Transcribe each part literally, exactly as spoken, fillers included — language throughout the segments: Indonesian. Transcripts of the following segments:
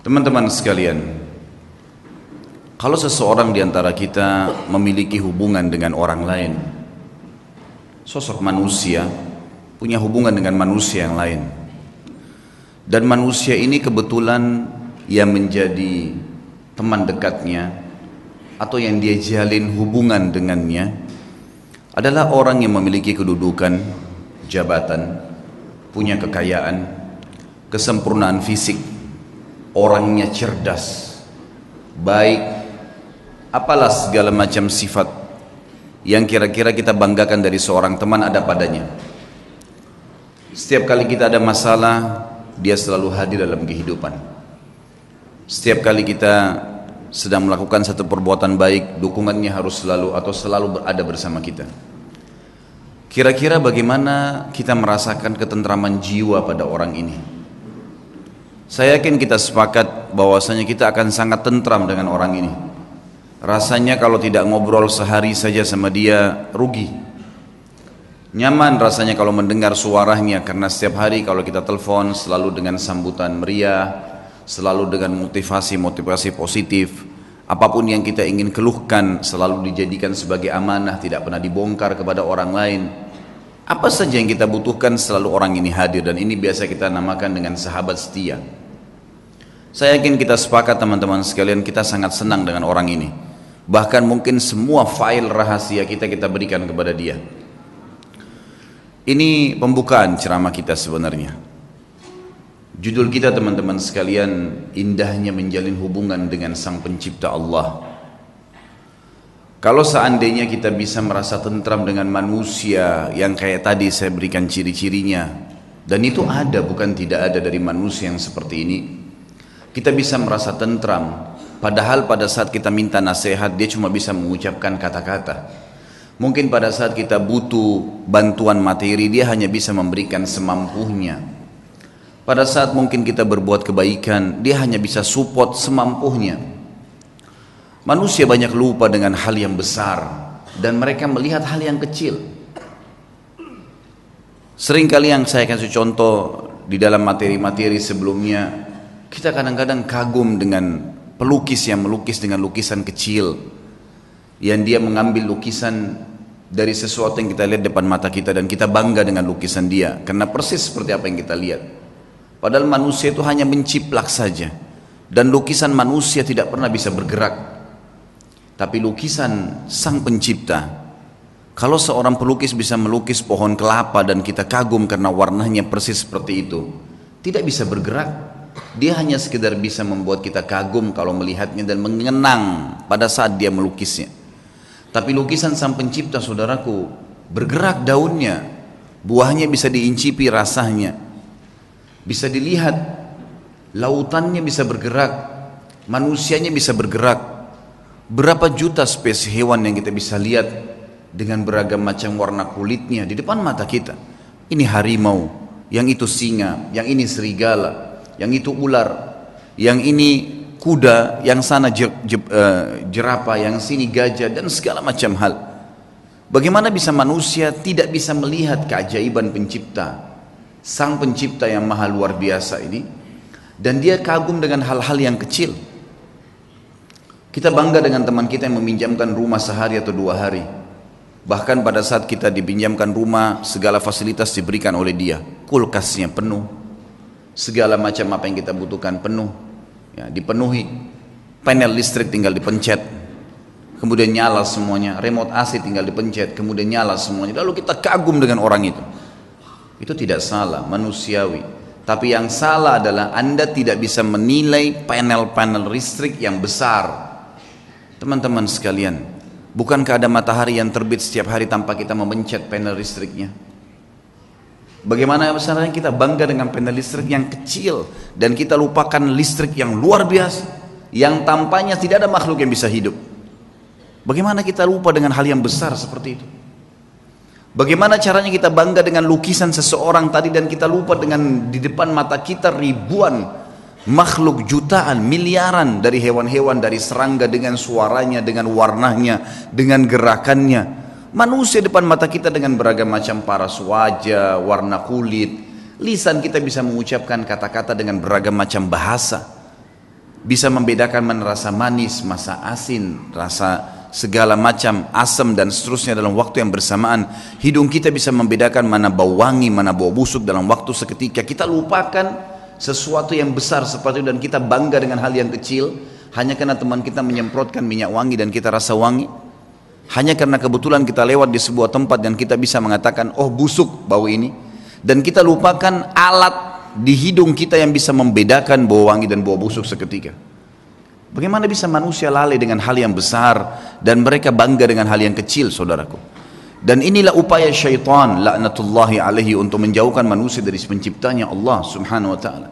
Teman-teman sekalian, kalau seseorang di antara kita memiliki hubungan dengan orang lain, sosok manusia punya hubungan dengan manusia yang lain, dan manusia ini kebetulan yang menjadi teman dekatnya atau yang dia jalin hubungan dengannya adalah orang yang memiliki kedudukan, jabatan, punya kekayaan, kesempurnaan fisik, orangnya cerdas, baik, apalah segala macam sifat yang kira-kira kita banggakan dari seorang teman ada padanya. Setiap kali kita ada masalah, dia selalu hadir dalam kehidupan. Setiap kali kita sedang melakukan satu perbuatan baik, dukungannya harus selalu atau selalu berada bersama kita. Kira-kira bagaimana kita merasakan ketentraman jiwa pada orang ini? Saya yakin kita sepakat bahwasanya kita akan sangat tentram dengan orang ini. Rasanya kalau tidak ngobrol sehari saja sama dia rugi. Nyaman rasanya kalau mendengar suaranya, karena setiap hari kalau kita telepon selalu dengan sambutan meriah, selalu dengan motivasi-motivasi positif. Apapun yang kita ingin keluhkan selalu dijadikan sebagai amanah, tidak pernah dibongkar kepada orang lain. Apa saja yang kita butuhkan selalu orang ini hadir, dan ini biasa kita namakan dengan sahabat setia. Saya yakin kita sepakat teman-teman sekalian, kita sangat senang dengan orang ini. Bahkan mungkin semua file rahasia kita kita berikan kepada dia. Ini pembukaan ceramah kita sebenarnya. Judul kita teman-teman sekalian, indahnya menjalin hubungan dengan Sang Pencipta Allah. Kalau seandainya kita bisa merasa tentram dengan manusia yang kayak tadi saya berikan ciri-cirinya, dan itu ada, bukan tidak ada dari manusia yang seperti ini, kita bisa merasa tentram, padahal pada saat kita minta nasihat dia cuma bisa mengucapkan kata-kata. Mungkin pada saat kita butuh bantuan materi dia hanya bisa memberikan semampunya. Pada saat mungkin kita berbuat kebaikan dia hanya bisa support semampunya. Manusia banyak lupa dengan hal yang besar dan mereka melihat hal yang kecil. Seringkali yang saya kasih contoh di dalam materi-materi sebelumnya, kita kadang-kadang kagum dengan pelukis yang melukis dengan lukisan kecil, yang dia mengambil lukisan dari sesuatu yang kita lihat depan mata kita dan kita bangga dengan lukisan dia karena persis seperti apa yang kita lihat. Padahal manusia itu hanya menciplak saja, dan lukisan manusia tidak pernah bisa bergerak. Tapi lukisan Sang Pencipta, kalau seorang pelukis bisa melukis pohon kelapa dan kita kagum karena warnanya persis seperti itu, tidak bisa bergerak. Dia hanya sekedar bisa membuat kita kagum kalau melihatnya dan mengenang pada saat dia melukisnya. Tapi lukisan Sang Pencipta, saudaraku, bergerak daunnya, buahnya bisa diincipi rasanya, bisa dilihat, lautannya bisa bergerak, manusianya bisa bergerak. Berapa juta spesies hewan yang kita bisa lihat dengan beragam macam warna kulitnya di depan mata kita. Ini harimau, yang itu singa, yang ini serigala, yang itu ular, yang ini kuda, yang sana je, je, uh, jerapah, yang sini gajah, dan segala macam hal. Bagaimana bisa manusia tidak bisa melihat keajaiban Pencipta, Sang Pencipta yang maha luar biasa ini, dan dia kagum dengan hal-hal yang kecil. Kita bangga dengan teman kita yang meminjamkan rumah sehari atau dua hari. Bahkan pada saat kita dipinjamkan rumah, segala fasilitas diberikan oleh dia. Kulkasnya penuh, segala macam apa yang kita butuhkan penuh, ya, dipenuhi. Panel listrik tinggal dipencet, kemudian nyala semuanya. Remote A C tinggal dipencet, kemudian nyala semuanya. Lalu kita kagum dengan orang itu. Itu tidak salah, manusiawi. Tapi yang salah adalah Anda tidak bisa menilai panel-panel listrik yang besar. Teman-teman sekalian, bukankah ada matahari yang terbit setiap hari tanpa kita memencet panel listriknya? Bagaimana besarnya kita bangga dengan panel listrik yang kecil dan kita lupakan listrik yang luar biasa, yang tampaknya tidak ada makhluk yang bisa hidup. Bagaimana kita lupa dengan hal yang besar seperti itu? Bagaimana caranya kita bangga dengan lukisan seseorang tadi dan kita lupa dengan di depan mata kita ribuan makhluk, jutaan, miliaran dari hewan-hewan, dari serangga dengan suaranya, dengan warnanya, dengan gerakannya. Manusia depan mata kita dengan beragam macam paras wajah, warna kulit. Lisan kita bisa mengucapkan kata-kata dengan beragam macam bahasa. bisa membedakan mana rasa manis, rasa asin, rasa segala macam asam dan seterusnya dalam waktu yang bersamaan. Hidung kita bisa membedakan mana bau wangi, mana bau busuk dalam waktu seketika. Kita lupakan sesuatu yang besar seperti itu dan kita bangga dengan hal yang kecil hanya karena teman kita menyemprotkan minyak wangi dan kita rasa wangi. Hanya karena kebetulan kita lewat di sebuah tempat dan kita bisa mengatakan, oh busuk bau ini. Dan kita lupakan alat di hidung kita yang bisa membedakan bau wangi dan bau busuk seketika. Bagaimana bisa manusia lalai dengan hal yang besar dan mereka bangga dengan hal yang kecil, saudaraku. Dan inilah upaya syaitan laknatullahi alaihi untuk menjauhkan manusia dari penciptanya Allah subhanahu wa ta'ala.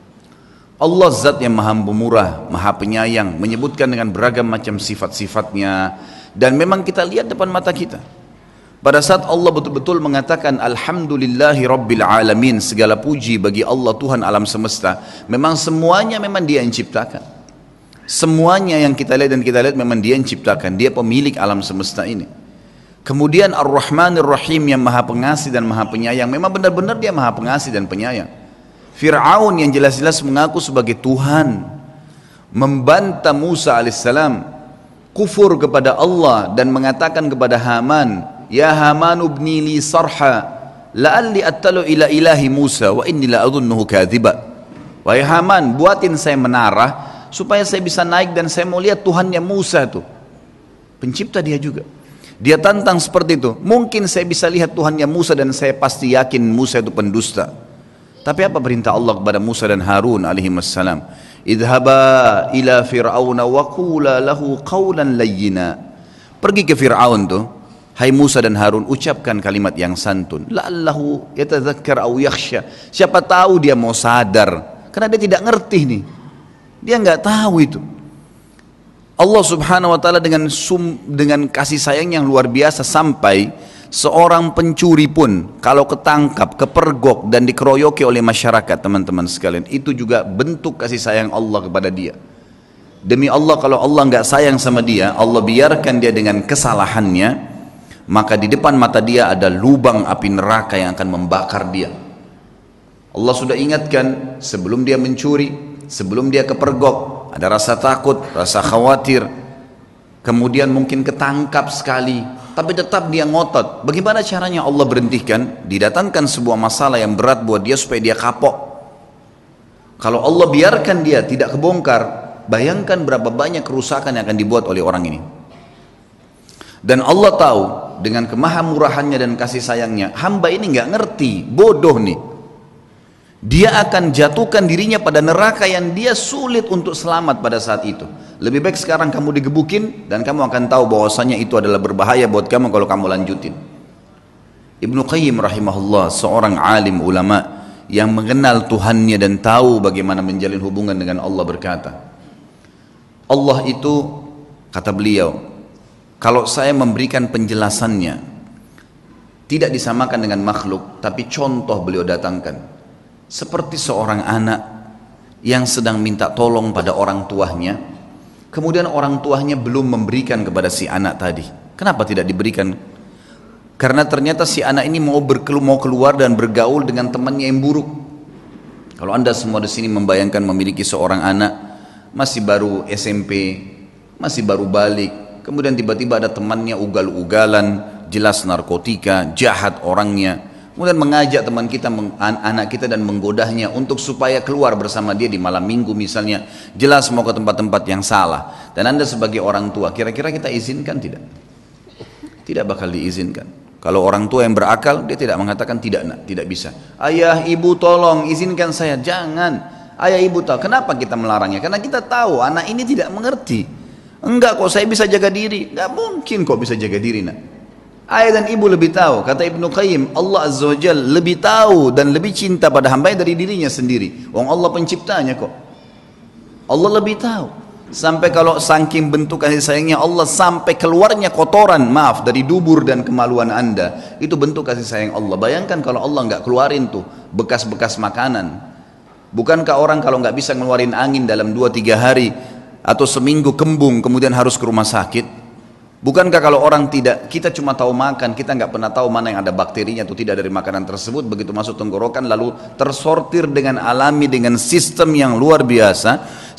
Allah zat yang maha pemurah, maha penyayang, menyebutkan dengan beragam macam sifat-sifatnya. Dan memang kita lihat depan mata kita. Pada saat Allah betul-betul mengatakan Alhamdulillahi Rabbil Alamin, segala puji bagi Allah Tuhan alam semesta. Memang semuanya memang Dia yang ciptakan. Semuanya yang kita lihat dan kita lihat memang Dia yang ciptakan. Dia pemilik alam semesta ini. Kemudian Ar-Rahmanir Rahim yang maha pengasih dan maha penyayang. Memang benar-benar Dia maha pengasih dan penyayang. Fir'aun yang jelas-jelas mengaku sebagai Tuhan, membantah Musa alaihissalam, kufur kepada Allah dan mengatakan kepada Haman, Ya Haman ubni li sarha la'alli attalu ila ilahi Musa wa inni la'adhunnuhu kadhiba. Wahai Haman, buatin saya menara supaya saya bisa naik dan saya mau lihat Tuhannya Musa itu. Pencipta dia juga. Dia tantang seperti itu. Mungkin saya bisa lihat Tuhannya Musa dan saya pasti yakin Musa itu pendusta. Tapi apa perintah Allah kepada Musa dan Harun alaihi wassalam? Idhaba ila fir'auna wa qula lahu qawlan layyina. Pergi ke Fir'aun tuh. Hai Musa dan Harun, ucapkan kalimat yang santun. La'allahu yatadzakkar aw yakhsha. Siapa tahu dia mau sadar. Karena dia tidak ngerti nih. Dia nggak tahu itu. Allah subhanahu wa ta'ala dengan sum, dengan kasih sayang yang luar biasa sampai seorang pencuri pun kalau ketangkap, kepergok dan dikeroyoki oleh masyarakat, teman-teman sekalian, itu juga bentuk kasih sayang Allah kepada dia. Demi Allah, kalau Allah nggak sayang sama dia, Allah biarkan dia dengan kesalahannya, maka di depan mata dia ada lubang api neraka yang akan membakar dia. Allah sudah ingatkan sebelum dia mencuri, sebelum dia kepergok, ada rasa takut, rasa khawatir, kemudian mungkin ketangkap sekali, tapi tetap dia ngotot. Bagaimana caranya Allah berhentikan? Didatangkan sebuah masalah yang berat buat dia supaya dia kapok. Kalau Allah biarkan dia tidak kebongkar, bayangkan berapa banyak kerusakan yang akan dibuat oleh orang ini. Dan Allah tahu dengan kemahamurahannya dan kasih sayangnya, hamba ini nggak ngerti, bodoh nih. Dia akan jatuhkan dirinya pada neraka yang dia sulit untuk selamat pada saat itu. Lebih baik sekarang kamu digebukin dan kamu akan tahu bahwasanya itu adalah berbahaya buat kamu kalau kamu lanjutin. Ibnu Qayyim rahimahullah, seorang alim ulama yang mengenal Tuhannya dan tahu bagaimana menjalin hubungan dengan Allah, berkata, Allah itu, kata beliau, kalau saya memberikan penjelasannya tidak disamakan dengan makhluk, tapi contoh beliau datangkan. Seperti seorang anak yang sedang minta tolong pada orang tuanya, kemudian orang tuanya belum memberikan kepada si anak tadi. Kenapa tidak diberikan? Karena ternyata si anak ini mau, berkelu, mau keluar dan bergaul dengan temannya yang buruk. Kalau anda semua di sini membayangkan memiliki seorang anak masih baru S M P, masih baru balik, kemudian tiba-tiba ada temannya ugal-ugalan, jelas narkotika, jahat orangnya, kemudian mengajak teman kita, anak kita dan menggodahnya untuk supaya keluar bersama dia di malam minggu misalnya, jelas mau ke tempat-tempat yang salah. Dan anda sebagai orang tua, kira-kira kita izinkan tidak? Tidak bakal diizinkan. Kalau orang tua yang berakal, dia tidak mengatakan tidak, nak, tidak bisa. Ayah, ibu tolong izinkan saya. Jangan. Ayah, ibu tahu. Kenapa kita melarangnya? Karena kita tahu anak ini tidak mengerti. Enggak kok, saya bisa jaga diri. Enggak mungkin kok bisa jaga diri, nak. Ayah dan ibu lebih tahu. Kata Ibnu Qayyim, Allah Azza wa Jalla lebih tahu dan lebih cinta pada hamba dari dirinya sendiri. Wong Allah penciptanya kok. Allah lebih tahu. Sampai kalau saking bentuk kasih sayangnya Allah, sampai keluarnya kotoran, maaf, dari dubur dan kemaluan anda, itu bentuk kasih sayang Allah. Bayangkan kalau Allah nggak keluarin tuh bekas-bekas makanan. Bukankah orang kalau nggak bisa ngeluarin angin dalam dua tiga hari atau seminggu kembung kemudian harus ke rumah sakit? Bukankah kalau orang tidak, kita cuma tahu makan, kita nggak pernah tahu mana yang ada bakterinya atau tidak dari makanan tersebut, begitu masuk tenggorokan lalu tersortir dengan alami, dengan sistem yang luar biasa,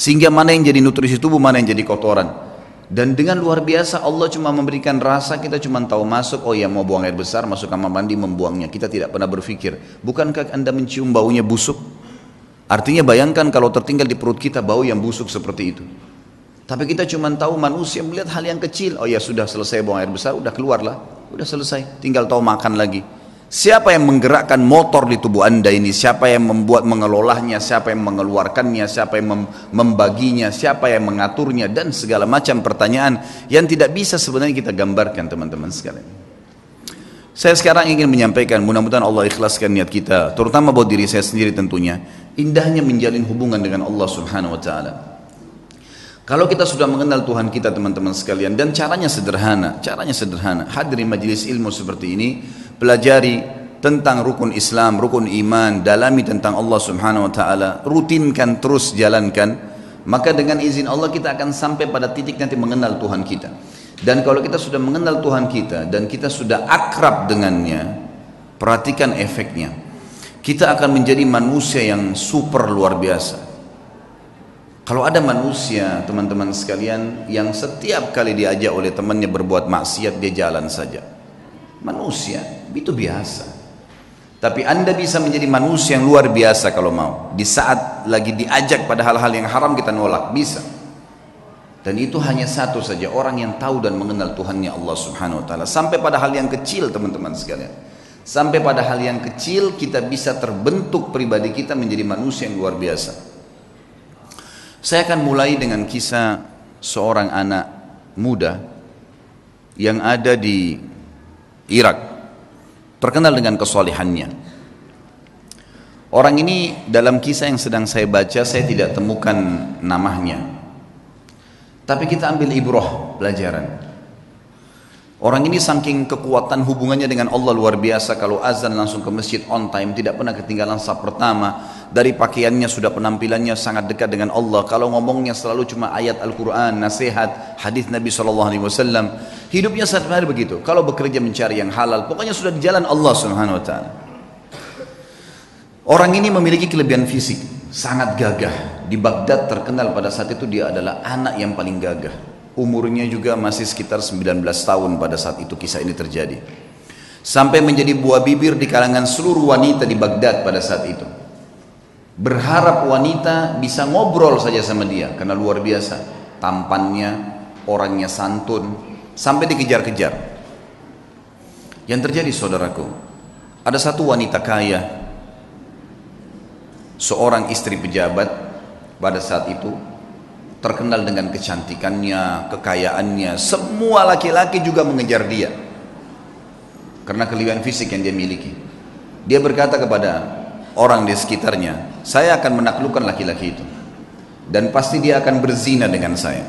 Sehingga mana yang jadi nutrisi tubuh, mana yang jadi kotoran. Dan dengan luar biasa Allah cuma memberikan rasa, kita cuma tahu masuk, oh ya mau buang air besar, masuk kamar mandi membuangnya. Kita tidak pernah berpikir, bukankah Anda mencium baunya busuk? Artinya bayangkan kalau tertinggal di perut kita bau yang busuk seperti itu. Tapi kita cuma tahu manusia melihat hal yang kecil, oh ya sudah selesai buang air besar, udah keluarlah, udah selesai, tinggal tahu makan lagi. Siapa yang menggerakkan motor di tubuh Anda ini? Siapa yang membuat mengelolanya? Siapa yang mengeluarkannya? Siapa yang mem membaginya? Siapa yang mengaturnya? Dan segala macam pertanyaan yang tidak bisa sebenarnya kita gambarkan, teman-teman sekalian. Saya sekarang ingin menyampaikan, mudah-mudahan Allah ikhlaskan niat kita, terutama buat diri saya sendiri tentunya, indahnya menjalin hubungan dengan Allah Subhanahu wa taala. Kalau kita sudah mengenal Tuhan kita, teman-teman sekalian, dan caranya sederhana, caranya sederhana. Hadiri majelis ilmu seperti ini, pelajari tentang rukun Islam, rukun iman, dalami tentang Allah Subhanahu wa taala, rutinkan terus jalankan, maka dengan izin Allah kita akan sampai pada titik nanti mengenal Tuhan kita. Dan kalau kita sudah mengenal Tuhan kita dan kita sudah akrab dengannya, perhatikan efeknya. Kita akan menjadi manusia yang super luar biasa. Kalau ada manusia, teman-teman sekalian, yang setiap kali diajak oleh temannya berbuat maksiat, dia jalan saja. Manusia, itu biasa. Tapi Anda bisa menjadi manusia yang luar biasa kalau mau. Di saat lagi diajak pada hal-hal yang haram, kita nolak, bisa. Dan itu hanya satu saja, orang yang tahu dan mengenal Tuhannya Allah Subhanahu wa taala. Sampai pada hal yang kecil, teman-teman sekalian. Sampai pada hal yang kecil kita bisa terbentuk pribadi kita menjadi manusia yang luar biasa. Saya akan mulai dengan kisah seorang anak muda yang ada di Irak, terkenal dengan kesalehannya. Orang ini dalam kisah yang sedang saya baca, saya tidak temukan namanya. Tapi kita ambil ibrah, pelajaran. Orang ini saking kekuatan hubungannya dengan Allah luar biasa, kalau azan langsung ke masjid on time, tidak pernah ketinggalan saf pertama. Dari pakaiannya sudah penampilannya sangat dekat dengan Allah. Kalau ngomongnya selalu cuma ayat Al-Quran, nasihat, hadis Nabi shallallahu alaihi wasallam. Hidupnya sehari-hari begitu. Kalau bekerja mencari yang halal, pokoknya sudah di jalan Allah Subhanahu wa taala. Orang ini memiliki kelebihan fisik, sangat gagah. Di Baghdad terkenal pada saat itu dia adalah anak yang paling gagah. Umurnya juga masih sekitar sembilan belas tahun pada saat itu kisah ini terjadi. Sampai menjadi buah bibir di kalangan seluruh wanita di Baghdad pada saat itu. Berharap wanita bisa ngobrol saja sama dia karena luar biasa tampannya, orangnya santun, sampai dikejar-kejar. Yang terjadi, saudaraku, ada satu wanita kaya, seorang istri pejabat pada saat itu, terkenal dengan kecantikannya, kekayaannya. Semua laki-laki juga mengejar dia karena kelebihan fisik yang dia miliki. Dia berkata kepada orang di sekitarnya, saya akan menaklukkan laki-laki itu dan pasti dia akan berzina dengan saya.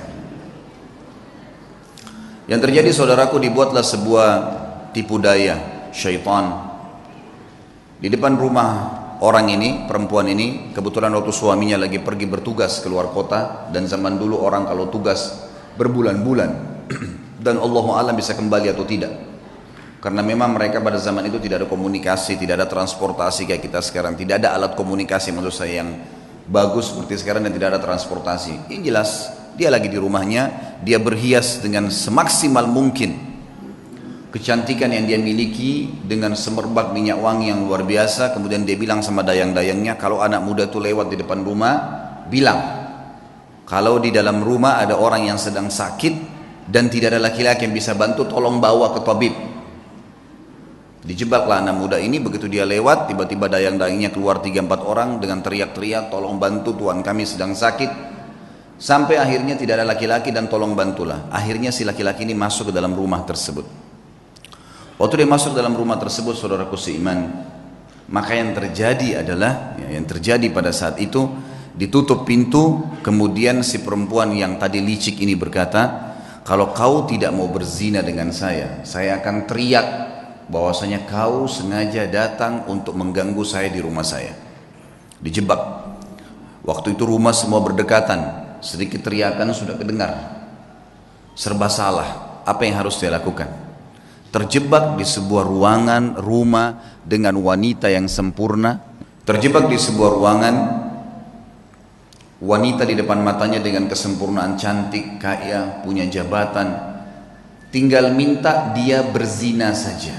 Yang terjadi, saudaraku, dibuatlah sebuah tipu daya syaitan di depan rumah orang ini, perempuan ini. Kebetulan waktu suaminya lagi pergi bertugas keluar kota, dan zaman dulu orang kalau tugas berbulan-bulan dan Allahu a'lam bisa kembali atau tidak, karena memang mereka pada zaman itu tidak ada komunikasi, tidak ada transportasi kayak kita sekarang, tidak ada alat komunikasi menurut saya yang bagus seperti sekarang, dan tidak ada transportasi. Yang jelas dia lagi di rumahnya, dia berhias dengan semaksimal mungkin kecantikan yang dia miliki, dengan semerbak minyak wangi yang luar biasa. Kemudian dia bilang sama dayang-dayangnya, kalau anak muda itu lewat di depan rumah, bilang kalau di dalam rumah ada orang yang sedang sakit dan tidak ada laki-laki yang bisa bantu, tolong bawa ke tabib. Dijebaklah anak muda ini. Begitu dia lewat, tiba-tiba dayang-dayangnya keluar tiga empat orang dengan teriak-teriak, tolong bantu, tuan kami sedang sakit. Sampai akhirnya tidak ada laki-laki dan tolong bantulah. Akhirnya si laki-laki ini masuk ke dalam rumah tersebut. Waktu dia masuk dalam rumah tersebut, saudaraku seiman, maka yang terjadi adalah, ya, yang terjadi pada saat itu, ditutup pintu. Kemudian si perempuan yang tadi licik ini berkata, kalau kau tidak mau berzina dengan saya, saya akan teriak bahwasanya kau sengaja datang untuk mengganggu saya di rumah saya. Dijebak. Waktu itu rumah semua berdekatan, sedikit teriakan sudah kedengar. Serba salah, apa yang harus dia lakukan? Terjebak di sebuah ruangan rumah dengan wanita yang sempurna, terjebak di sebuah ruangan wanita di depan matanya dengan kesempurnaan, cantik, kaya, punya jabatan, tinggal minta dia berzina saja.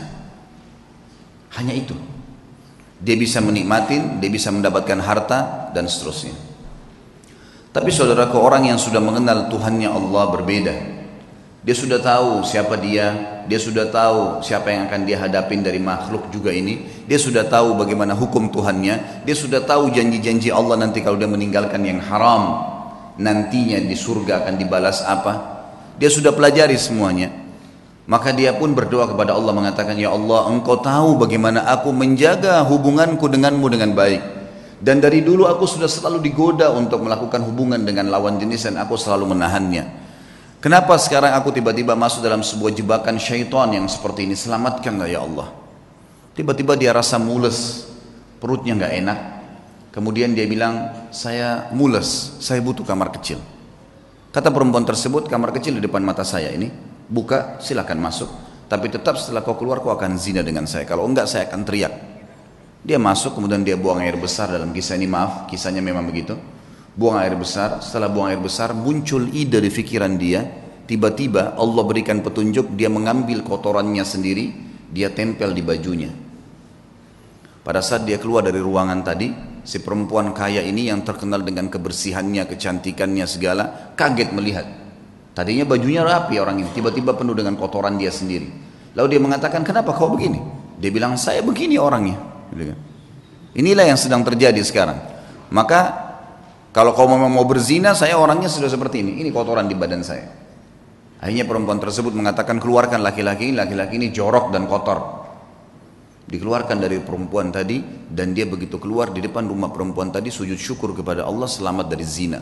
Hanya itu. Dia bisa menikmatin, dia bisa mendapatkan harta dan seterusnya. Tapi saudaraku, orang yang sudah mengenal Tuhannya Allah berbeda. Dia sudah tahu siapa dia, dia sudah tahu siapa yang akan dia hadapin dari makhluk juga ini. Dia sudah tahu bagaimana hukum Tuhannya. Dia sudah tahu janji-janji Allah nanti kalau dia meninggalkan yang haram, nantinya di surga akan dibalas apa. Dia sudah pelajari semuanya. Maka dia pun berdoa kepada Allah mengatakan, ya Allah, engkau tahu bagaimana aku menjaga hubunganku denganmu dengan baik. Dan dari dulu aku sudah selalu digoda untuk melakukan hubungan dengan lawan jenis dan aku selalu menahannya. Kenapa sekarang aku tiba-tiba masuk dalam sebuah jebakan syaitan yang seperti ini? Selamatkanlah ya Allah. Tiba-tiba dia rasa mules, perutnya nggak enak. Kemudian dia bilang, saya mules, saya butuh kamar kecil. Kata perempuan tersebut, kamar kecil di depan mata saya ini, buka, silakan masuk. Tapi tetap setelah kau keluar, kau akan zina dengan saya. Kalau enggak, saya akan teriak. Dia masuk, kemudian dia buang air besar dalam kisah ini. Maaf, kisahnya memang begitu. Buang air besar, setelah buang air besar muncul ide di pikiran dia. Tiba-tiba Allah berikan petunjuk, dia mengambil kotorannya sendiri, dia tempel di bajunya. Pada saat dia keluar dari ruangan tadi, si perempuan kaya ini yang terkenal dengan kebersihannya, kecantikannya segala, kaget melihat. Tadinya bajunya rapi orang ini, tiba-tiba penuh dengan kotoran dia sendiri. Lalu dia mengatakan, kenapa kau begini? Dia bilang, saya begini orangnya. Inilah yang sedang terjadi sekarang. Maka kalau kau memang mau berzina, saya orangnya sudah seperti ini. Ini kotoran di badan saya. Akhirnya perempuan tersebut mengatakan, keluarkan laki-laki ini, laki-laki ini jorok dan kotor. Dikeluarkan dari perempuan tadi, dan dia begitu keluar di depan rumah perempuan tadi, sujud syukur kepada Allah selamat dari zina.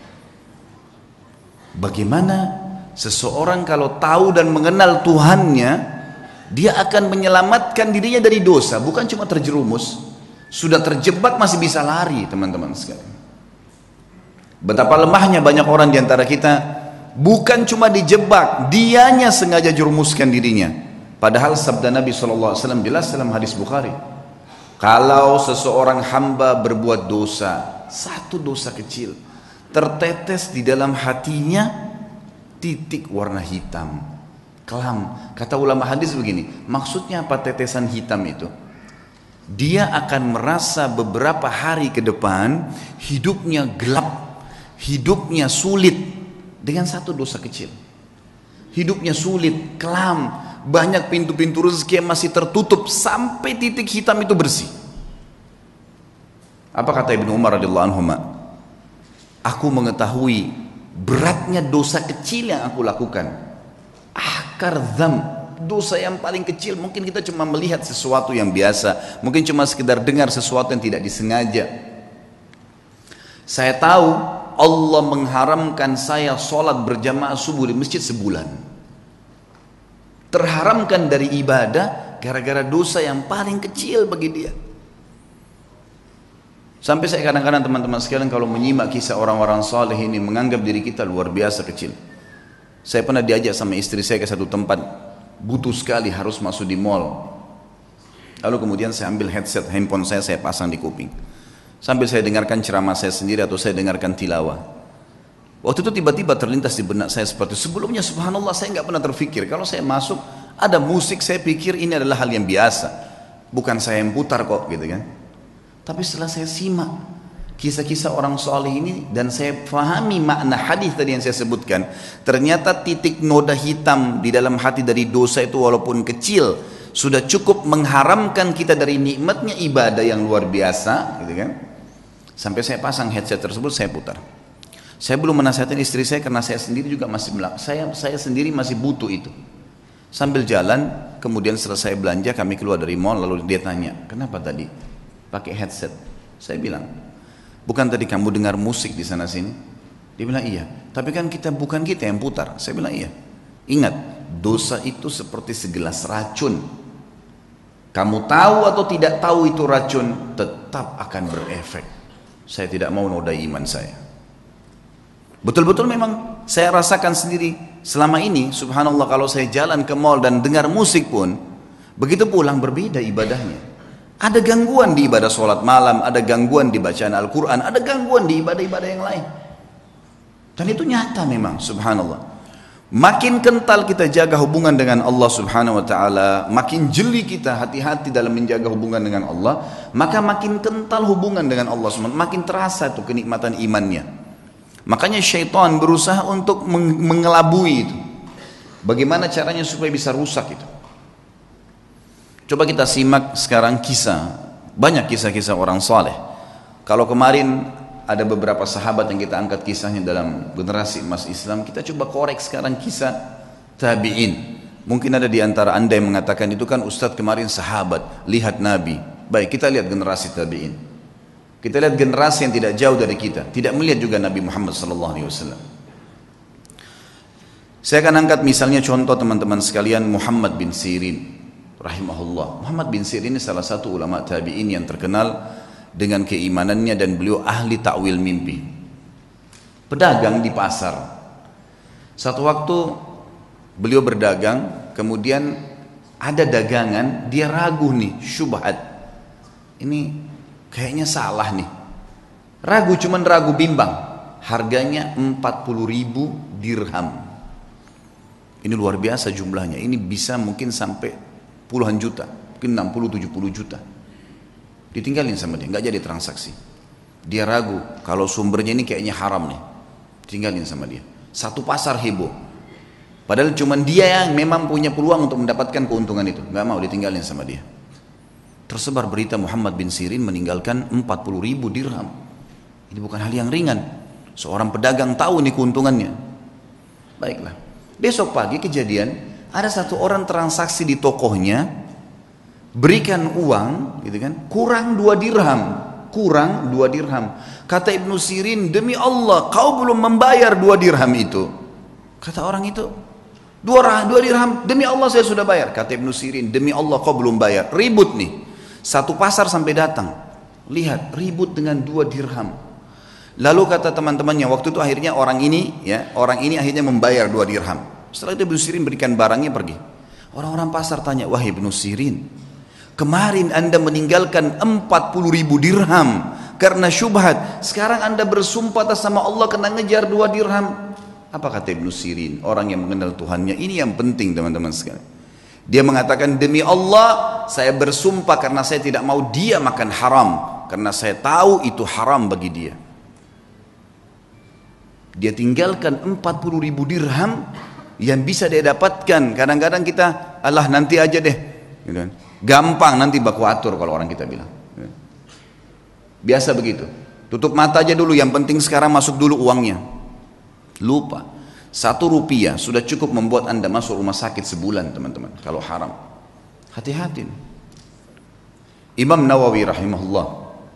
Bagaimana seseorang kalau tahu dan mengenal Tuhannya, dia akan menyelamatkan dirinya dari dosa, bukan cuma terjerumus, sudah terjebak masih bisa lari, teman-teman sekalian. Betapa lemahnya banyak orang di antara kita, bukan cuma dijebak, dianya sengaja jerumuskan dirinya. Padahal sabda Nabi shallallahu alaihi wasallam jelas dalam hadis Bukhari, kalau seseorang hamba berbuat dosa, satu dosa kecil, tertetes di dalam hatinya titik warna hitam, kelam. Kata ulama hadis begini, maksudnya apa tetesan hitam itu? Dia akan merasa beberapa hari ke depan hidupnya gelap, hidupnya sulit dengan satu dosa kecil. Hidupnya sulit, kelam, banyak pintu-pintu rezeki yang masih tertutup sampai titik hitam itu bersih. Apa kata Ibnu Umar radhiyallahu anhu? Aku mengetahui beratnya dosa kecil yang aku lakukan. Akar dzam, dosa yang paling kecil. Mungkin kita cuma melihat sesuatu yang biasa, mungkin cuma sekedar dengar sesuatu yang tidak disengaja. Saya tahu Allah mengharamkan saya sholat berjamaah subuh di masjid sebulan. Terharamkan dari ibadah gara-gara dosa yang paling kecil bagi dia. Sampai saya kadang-kadang teman-teman sekalian kalau menyimak kisah orang-orang saleh ini menganggap diri kita luar biasa kecil. Saya pernah diajak sama istri saya ke satu tempat, butuh sekali harus masuk di mall. Lalu kemudian saya ambil headset handphone saya, saya pasang di kuping. Sambil saya dengarkan ceramah saya sendiri atau saya dengarkan tilawah. Waktu itu tiba-tiba terlintas di benak saya seperti sebelumnya, subhanallah saya nggak pernah terfikir. Kalau saya masuk ada musik, saya pikir ini adalah hal yang biasa. Bukan saya yang putar kok gitu kan. Tapi setelah saya simak kisah-kisah orang soleh ini dan saya pahami makna hadis tadi yang saya sebutkan, ternyata titik noda hitam di dalam hati dari dosa itu walaupun kecil sudah cukup mengharamkan kita dari nikmatnya ibadah yang luar biasa gitu kan. Sampai saya pasang headset tersebut, saya putar. Saya belum menasihatin istri saya karena saya sendiri juga masih saya saya sendiri masih butuh itu. Sambil jalan, kemudian setelah saya belanja, kami keluar dari mall, lalu dia tanya, kenapa tadi pakai headset? Saya bilang, bukan tadi kamu dengar musik di sana sini? Dia bilang iya, tapi kan kita bukan kita yang putar. Saya bilang iya. Ingat, dosa itu seperti segelas racun. Kamu tahu atau tidak tahu itu racun, tetap akan berefek. Saya tidak mau nodai iman saya. Betul-betul memang saya rasakan sendiri selama ini, subhanallah, kalau saya jalan ke mall dan dengar musik pun, begitu pulang berbeda ibadahnya. Ada gangguan di ibadah sholat malam, ada gangguan di bacaan Al-Quran, ada gangguan di ibadah-ibadah yang lain. Dan itu nyata memang, subhanallah. Makin kental kita jaga hubungan dengan Allah subhanahu wa ta'ala, makin jeli kita hati-hati dalam menjaga hubungan dengan Allah, maka makin kental hubungan dengan Allah subhanahu wa ta'ala, makin terasa tuh kenikmatan imannya. Makanya syaitan berusaha untuk mengelabui itu. Bagaimana caranya supaya bisa rusak itu? Coba kita simak sekarang kisah, banyak kisah-kisah orang saleh. Kalau kemarin ada beberapa sahabat yang kita angkat kisahnya dalam generasi emas Islam, kita coba korek sekarang kisah tabi'in. Mungkin ada di antara anda yang mengatakan itu kan Ustadz kemarin sahabat, lihat Nabi. Baik, kita lihat generasi tabi'in. Kita lihat generasi yang tidak jauh dari kita, tidak melihat juga Nabi Muhammad sallallahu alaihi wasallam. Saya akan angkat misalnya contoh teman-teman sekalian, Muhammad bin Sirin rahimahullah. Muhammad bin Sirin ini salah satu ulama tabi'in yang terkenal dengan keimanannya, dan beliau ahli takwil mimpi. Pedagang di pasar. Satu waktu beliau berdagang, kemudian ada dagangan, dia ragu nih, syubhat. Ini kayaknya salah nih. Ragu, cuman ragu bimbang. Harganya empat puluh ribu dirham. Ini luar biasa jumlahnya. Ini bisa mungkin sampai puluhan juta, mungkin enam puluh tujuh puluh juta. Ditinggalin sama dia, nggak jadi transaksi. Dia ragu, kalau sumbernya ini kayaknya haram nih, tinggalin sama dia. Satu pasar heboh, padahal cuman dia yang memang punya peluang untuk mendapatkan keuntungan itu, nggak mau, ditinggalin sama dia. Tersebar berita Muhammad bin Sirin meninggalkan empat puluh ribu dirham. Ini bukan hal yang ringan. Seorang pedagang tahu nih keuntungannya. Baiklah, besok pagi kejadian, ada satu orang transaksi di tokohnya, berikan uang, gitu kan, kurang dua dirham, kurang dua dirham. Kata Ibnu Sirin, demi Allah, kau belum membayar dua dirham itu. Kata orang itu, dua, dua dirham, demi Allah saya sudah bayar. Kata Ibnu Sirin, demi Allah kau belum bayar. Ribut nih, satu pasar sampai datang, lihat ribut dengan dua dirham. Lalu kata teman-temannya, waktu itu akhirnya orang ini, ya, orang ini akhirnya membayar dua dirham. Setelah itu Ibnu Sirin berikan barangnya, pergi. Orang-orang pasar tanya, wahai Ibnu Sirin, kemarin anda meninggalkan empat puluh ribu dirham karena syubhat. Sekarang anda bersumpah atas sama Allah kena ngejar dua dirham. Apa kata Ibnu Sirin? Orang yang mengenal Tuhannya. Ini yang penting teman-teman sekalian. Dia mengatakan, demi Allah saya bersumpah karena saya tidak mau dia makan haram. Karena saya tahu itu haram bagi dia. Dia tinggalkan empat puluh ribu dirham yang bisa dia dapatkan. Kadang-kadang kita, alah nanti aja deh, gitu kan. Gampang nanti baku atur kalau orang kita bilang. Biasa begitu. Tutup mata aja dulu, yang penting sekarang masuk dulu uangnya. Lupa. Satu rupiah sudah cukup membuat anda masuk rumah sakit sebulan teman-teman. Kalau haram. Hati-hati. Imam Nawawi rahimahullah.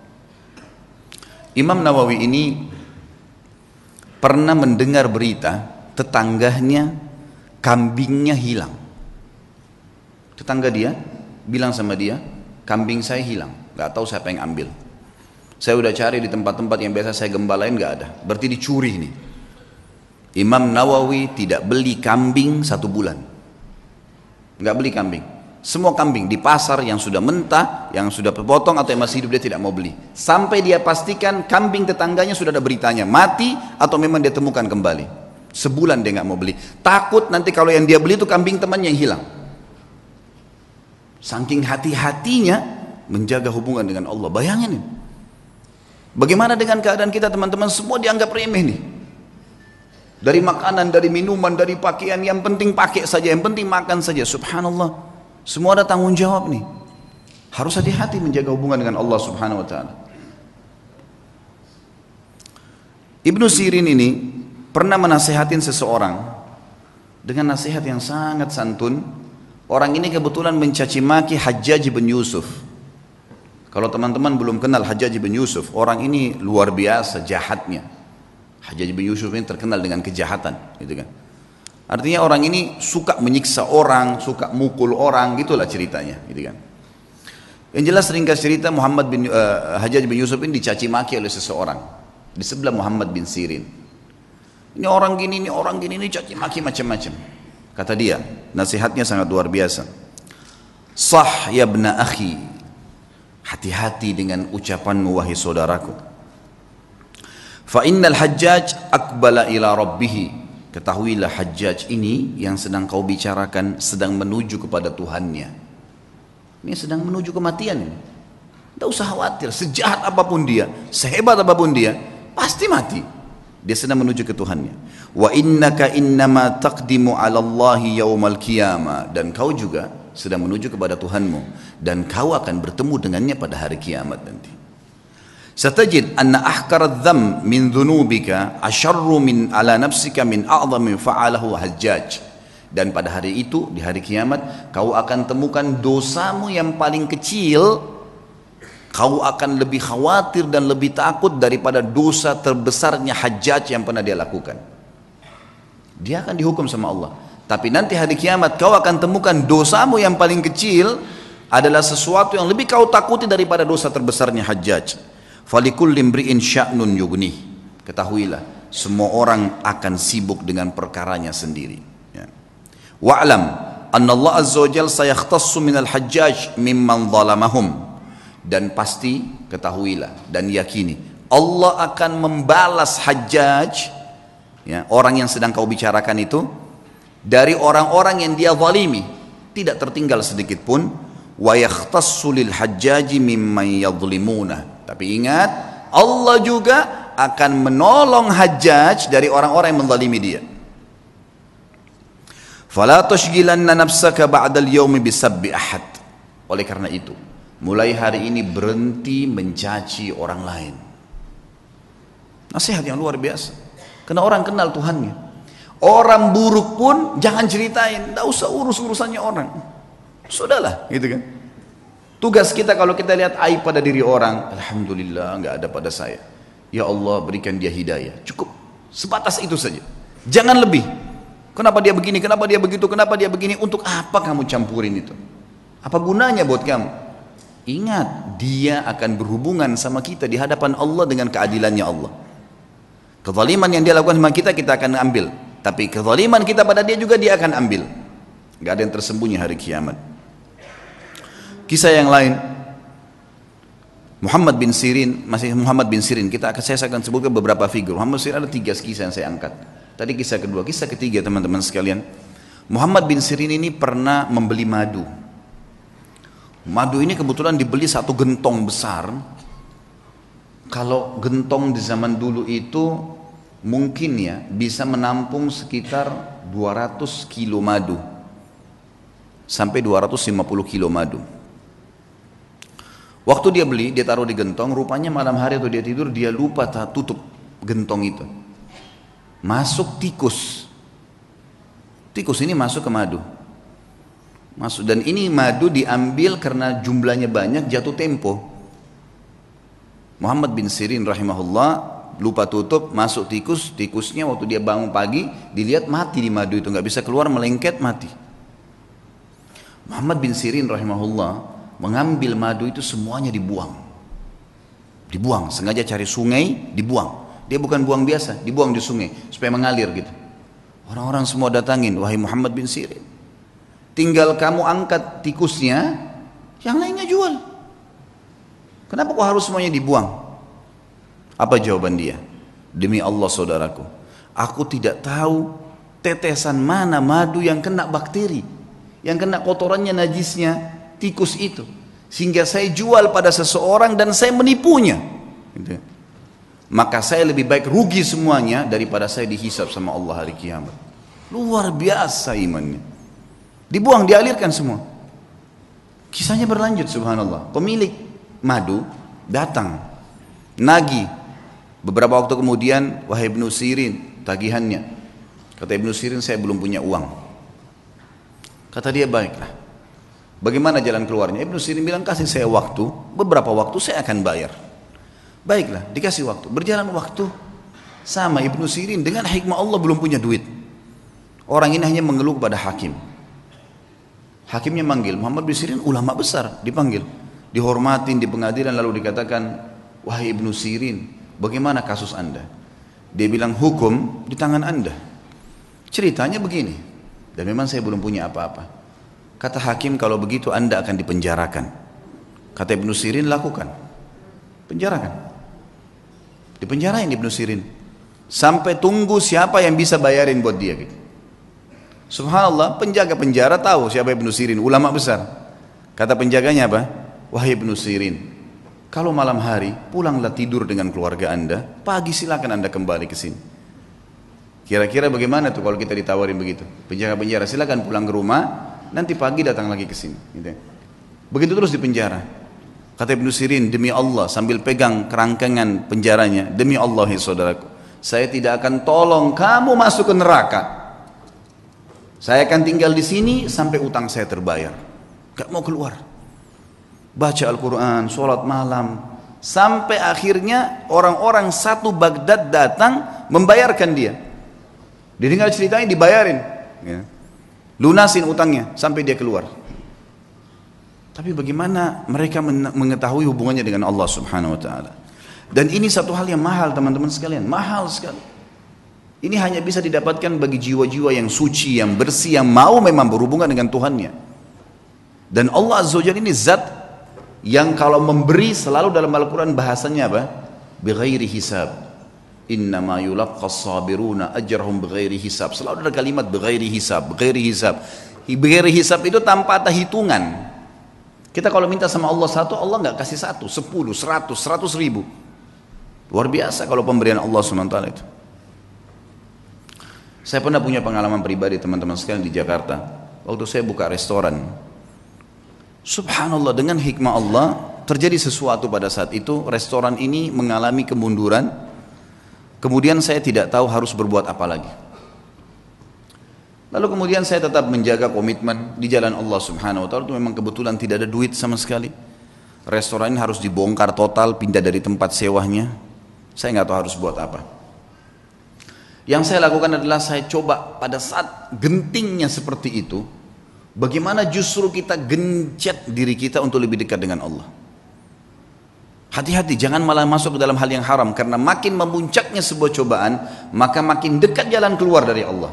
Imam Nawawi ini pernah mendengar berita tetangganya kambingnya hilang. Tetangga dia bilang sama dia, kambing saya hilang, nggak tahu siapa yang ambil. Saya udah cari di tempat-tempat yang biasa saya gembalain, nggak ada. Berarti dicuri nih. Imam Nawawi tidak beli kambing satu bulan, nggak beli kambing. Semua kambing di pasar yang sudah mentah, yang sudah terpotong atau yang masih hidup dia tidak mau beli. Sampai dia pastikan kambing tetangganya sudah ada beritanya mati atau memang dia temukan kembali. Sebulan dia nggak mau beli. Takut nanti kalau yang dia beli itu kambing temannya yang hilang. Saking hati-hatinya menjaga hubungan dengan Allah. Bayangin nih. Bagaimana dengan keadaan kita teman-teman? Semua dianggap remeh nih. Dari makanan, dari minuman, dari pakaian, yang penting pakai saja, yang penting makan saja. Subhanallah. Semua ada tanggung jawab nih. Harus hati-hati menjaga hubungan dengan Allah subhanahu wa ta'ala. Ibnu Sirin ini pernah menasehatin seseorang dengan nasihat yang sangat santun. Orang ini kebetulan mencaci maki Hajjaj bin Yusuf. Kalau teman-teman belum kenal Hajjaj bin Yusuf, orang ini luar biasa jahatnya. Hajjaj bin Yusuf ini terkenal dengan kejahatan, gitu kan. Artinya orang ini suka menyiksa orang, suka mukul orang, gitulah ceritanya, gitu kan. Yang jelas ringkas cerita, Muhammad bin uh, Hajjaj bin Yusuf ini dicaci maki oleh seseorang di sebelah Muhammad bin Sirin. Ini orang gini, ini orang gini, ini caci maki macam-macam. Kata dia, nasihatnya sangat luar biasa. Sah ya bna akhi, Hati-hati dengan ucapanmu wahai saudaraku. Fa innal Hajjaj aqbala ila rabbih. Ketahuilah Hajjaj ini yang sedang kau bicarakan sedang menuju kepada Tuhannya. Ini sedang menuju kematian ini. Tidak usah khawatir, sejahat apapun dia, sehebat apapun dia, pasti mati. Dia sedang menuju ke Tuhannya. Wa innaka innama taqdimu 'ala Allahi yaumal qiyamah, dan kau juga sedang menuju kepada Tuhanmu dan kau akan bertemu dengannya pada hari kiamat nanti. Satajid anna ahkaradz dzam min dzunubika asyarru min 'ala nafsika min a'dhami fa'alahu Hajjaj. Dan pada hari itu, di hari kiamat, kau akan temukan dosamu yang paling kecil. Kau akan lebih khawatir dan lebih takut daripada dosa terbesarnya Hajjaj yang pernah dia lakukan. Dia akan dihukum sama Allah. Tapi nanti hari kiamat kau akan temukan dosamu yang paling kecil adalah sesuatu yang lebih kau takuti daripada dosa terbesarnya Hajjaj. Falikulli imri'in sya'nun yughnih. Ketahuilah, semua orang akan sibuk dengan perkaranya sendiri. Ya. Wa'lam anna Allah azza wa jalla sayakhtassu minal Hajjaj mimman zalamahum. Dan pasti ketahuilah dan yakini Allah akan membalas Hajjaj, ya, orang yang sedang kau bicarakan itu, dari orang-orang yang dia zalimi, tidak tertinggal sedikit pun. Wa yakhtassu lil Hajjaji mimman yadhlimuna. Tapi ingat, Allah juga akan menolong Hajjaj dari orang-orang yang menzalimi dia. Fala tashghilanna nafsaka ba'dal yaumi bisabbi ahad. Oleh karena itu, mulai hari ini berhenti mencaci orang lain. Nasihat yang luar biasa. Karena orang kenal Tuhannya. Orang buruk pun jangan ceritain, tidak usah urus urusannya orang. Sudahlah, gitu kan. Tugas kita kalau kita lihat aib pada diri orang, alhamdulillah nggak ada pada saya. Ya Allah berikan dia hidayah. Cukup sebatas itu saja. Jangan lebih. Kenapa dia begini? Kenapa dia begitu? Kenapa dia begini? Untuk apa kamu campurin itu? Apa gunanya buat kamu? Ingat, dia akan berhubungan sama kita di hadapan Allah dengan keadilannya Allah. Kezaliman yang dia lakukan sama kita, kita akan ambil. Tapi kezaliman kita pada dia juga dia akan ambil. Gak ada yang tersembunyi hari kiamat. Kisah yang lain, Muhammad bin Sirin, masih Muhammad bin Sirin, kita akan, saya akan sebutkan beberapa figur. Muhammad bin Sirin ada tiga kisah yang saya angkat. Tadi kisah kedua, kisah ketiga teman-teman sekalian. Muhammad bin Sirin ini pernah membeli madu. Madu ini kebetulan dibeli satu gentong besar. Kalau gentong di zaman dulu itu mungkin ya bisa menampung sekitar dua ratus kilo madu sampai dua ratus lima puluh kilo madu. Waktu dia beli, dia taruh di gentong, rupanya malam hari atau dia tidur, dia lupa tutup gentong itu. Masuk tikus. Tikus ini masuk ke madu. Masuk, dan ini madu diambil karena jumlahnya banyak, jatuh tempo. Muhammad bin Sirin rahimahullah lupa tutup, masuk tikus, tikusnya waktu dia bangun pagi dilihat mati di madu itu, nggak bisa keluar, melengket mati. Muhammad bin Sirin rahimahullah mengambil madu itu semuanya dibuang, dibuang, sengaja cari sungai dibuang. Dia bukan buang biasa, dibuang di sungai supaya mengalir gitu. Orang-orang semua datangin, wahai Muhammad bin Sirin, tinggal kamu angkat tikusnya, yang lainnya jual. Kenapa kok harus semuanya dibuang? Apa jawaban dia? Demi Allah saudaraku, aku tidak tahu tetesan mana madu yang kena bakteri, yang kena kotorannya, najisnya tikus itu, sehingga saya jual pada seseorang dan saya menipunya. Gitu. Maka saya lebih baik rugi semuanya daripada saya dihisab sama Allah hari kiamat. Luar biasa imannya. Dibuang, dialirkan semua. Kisahnya berlanjut, subhanallah. Pemilik madu datang, nagih. Beberapa waktu kemudian, wahai Ibnu Sirin, tagihannya. Kata Ibnu Sirin, saya belum punya uang. Kata dia, baiklah, bagaimana jalan keluarnya? Ibnu Sirin bilang, kasih saya waktu, beberapa waktu saya akan bayar. Baiklah, dikasih waktu. Berjalan waktu, sama Ibnu Sirin dengan hikmah Allah belum punya duit. Orang ini hanya mengeluh kepada hakim. Hakimnya manggil, Muhammad bin Sirin ulama besar, dipanggil, dihormatin di pengadilan, lalu dikatakan, wahai Ibnu Sirin, bagaimana kasus anda? Dia bilang, hukum di tangan anda. Ceritanya begini, dan memang saya belum punya apa-apa. Kata hakim, kalau begitu anda akan dipenjarakan. Kata Ibnu Sirin, lakukan. Penjarakan. Dipenjarain Ibnu Sirin. Sampai tunggu siapa yang bisa bayarin buat dia gitu. Subhanallah, penjaga penjara tahu siapa Ibnu Sirin, ulama besar. Kata penjaganya apa? Wahai Ibnu Sirin, kalau malam hari pulanglah tidur dengan keluarga anda, pagi silakan anda kembali ke sini. Kira-kira bagaimana tuh kalau kita ditawarin begitu? Penjaga penjara, silakan pulang ke rumah, nanti pagi datang lagi ke sini. Gitu. Begitu terus di penjara. Kata Ibnu Sirin, demi Allah, sambil pegang kerangkengan penjaranya, demi Allah ya saudaraku, saya tidak akan tolong kamu masuk ke neraka. Saya akan tinggal di sini sampai utang saya terbayar. Gak mau keluar. Baca Al-Quran, sholat malam, sampai akhirnya orang-orang satu Baghdad datang membayarkan dia. Didengar ceritanya dibayarin, ya. Lunasin utangnya sampai dia keluar. Tapi bagaimana mereka mengetahui hubungannya dengan Allah Subhanahu Wa Taala? Dan ini satu hal yang mahal teman-teman sekalian, mahal sekali. Ini hanya bisa didapatkan bagi jiwa-jiwa yang suci, yang bersih, yang mau memang berhubungan dengan Tuhannya. Dan Allah Azza wa Jalla ini zat yang kalau memberi selalu dalam Al-Quran bahasanya apa? Bighairi hisab. Innama yulaqqas sabiruna ajrahum bighairi hisab. Selalu ada kalimat bighairi hisab, bighairi hisab. Bighairi hisab itu tanpa ada hitungan. Kita kalau minta sama Allah satu, Allah nggak kasih satu, sepuluh, seratus, seratus ribu. Luar biasa kalau pemberian Allah subhanahu wa taala itu. Saya pernah punya pengalaman pribadi teman-teman sekalian di Jakarta. Waktu saya buka restoran. Subhanallah, dengan hikmah Allah terjadi sesuatu pada saat itu. Restoran ini mengalami kemunduran. Kemudian saya tidak tahu harus berbuat apa lagi. Lalu kemudian saya tetap menjaga komitmen di jalan Allah Subhanahu Wa Taala. Itu memang kebetulan tidak ada duit sama sekali. Restoran ini harus dibongkar total, pindah dari tempat sewanya. Saya nggak tahu harus buat apa. Yang saya lakukan adalah saya coba pada saat gentingnya seperti itu, bagaimana justru kita gencet diri kita untuk lebih dekat dengan Allah. Hati-hati, jangan malah masuk ke dalam hal yang haram, karena makin memuncaknya sebuah cobaan, maka makin dekat jalan keluar dari Allah.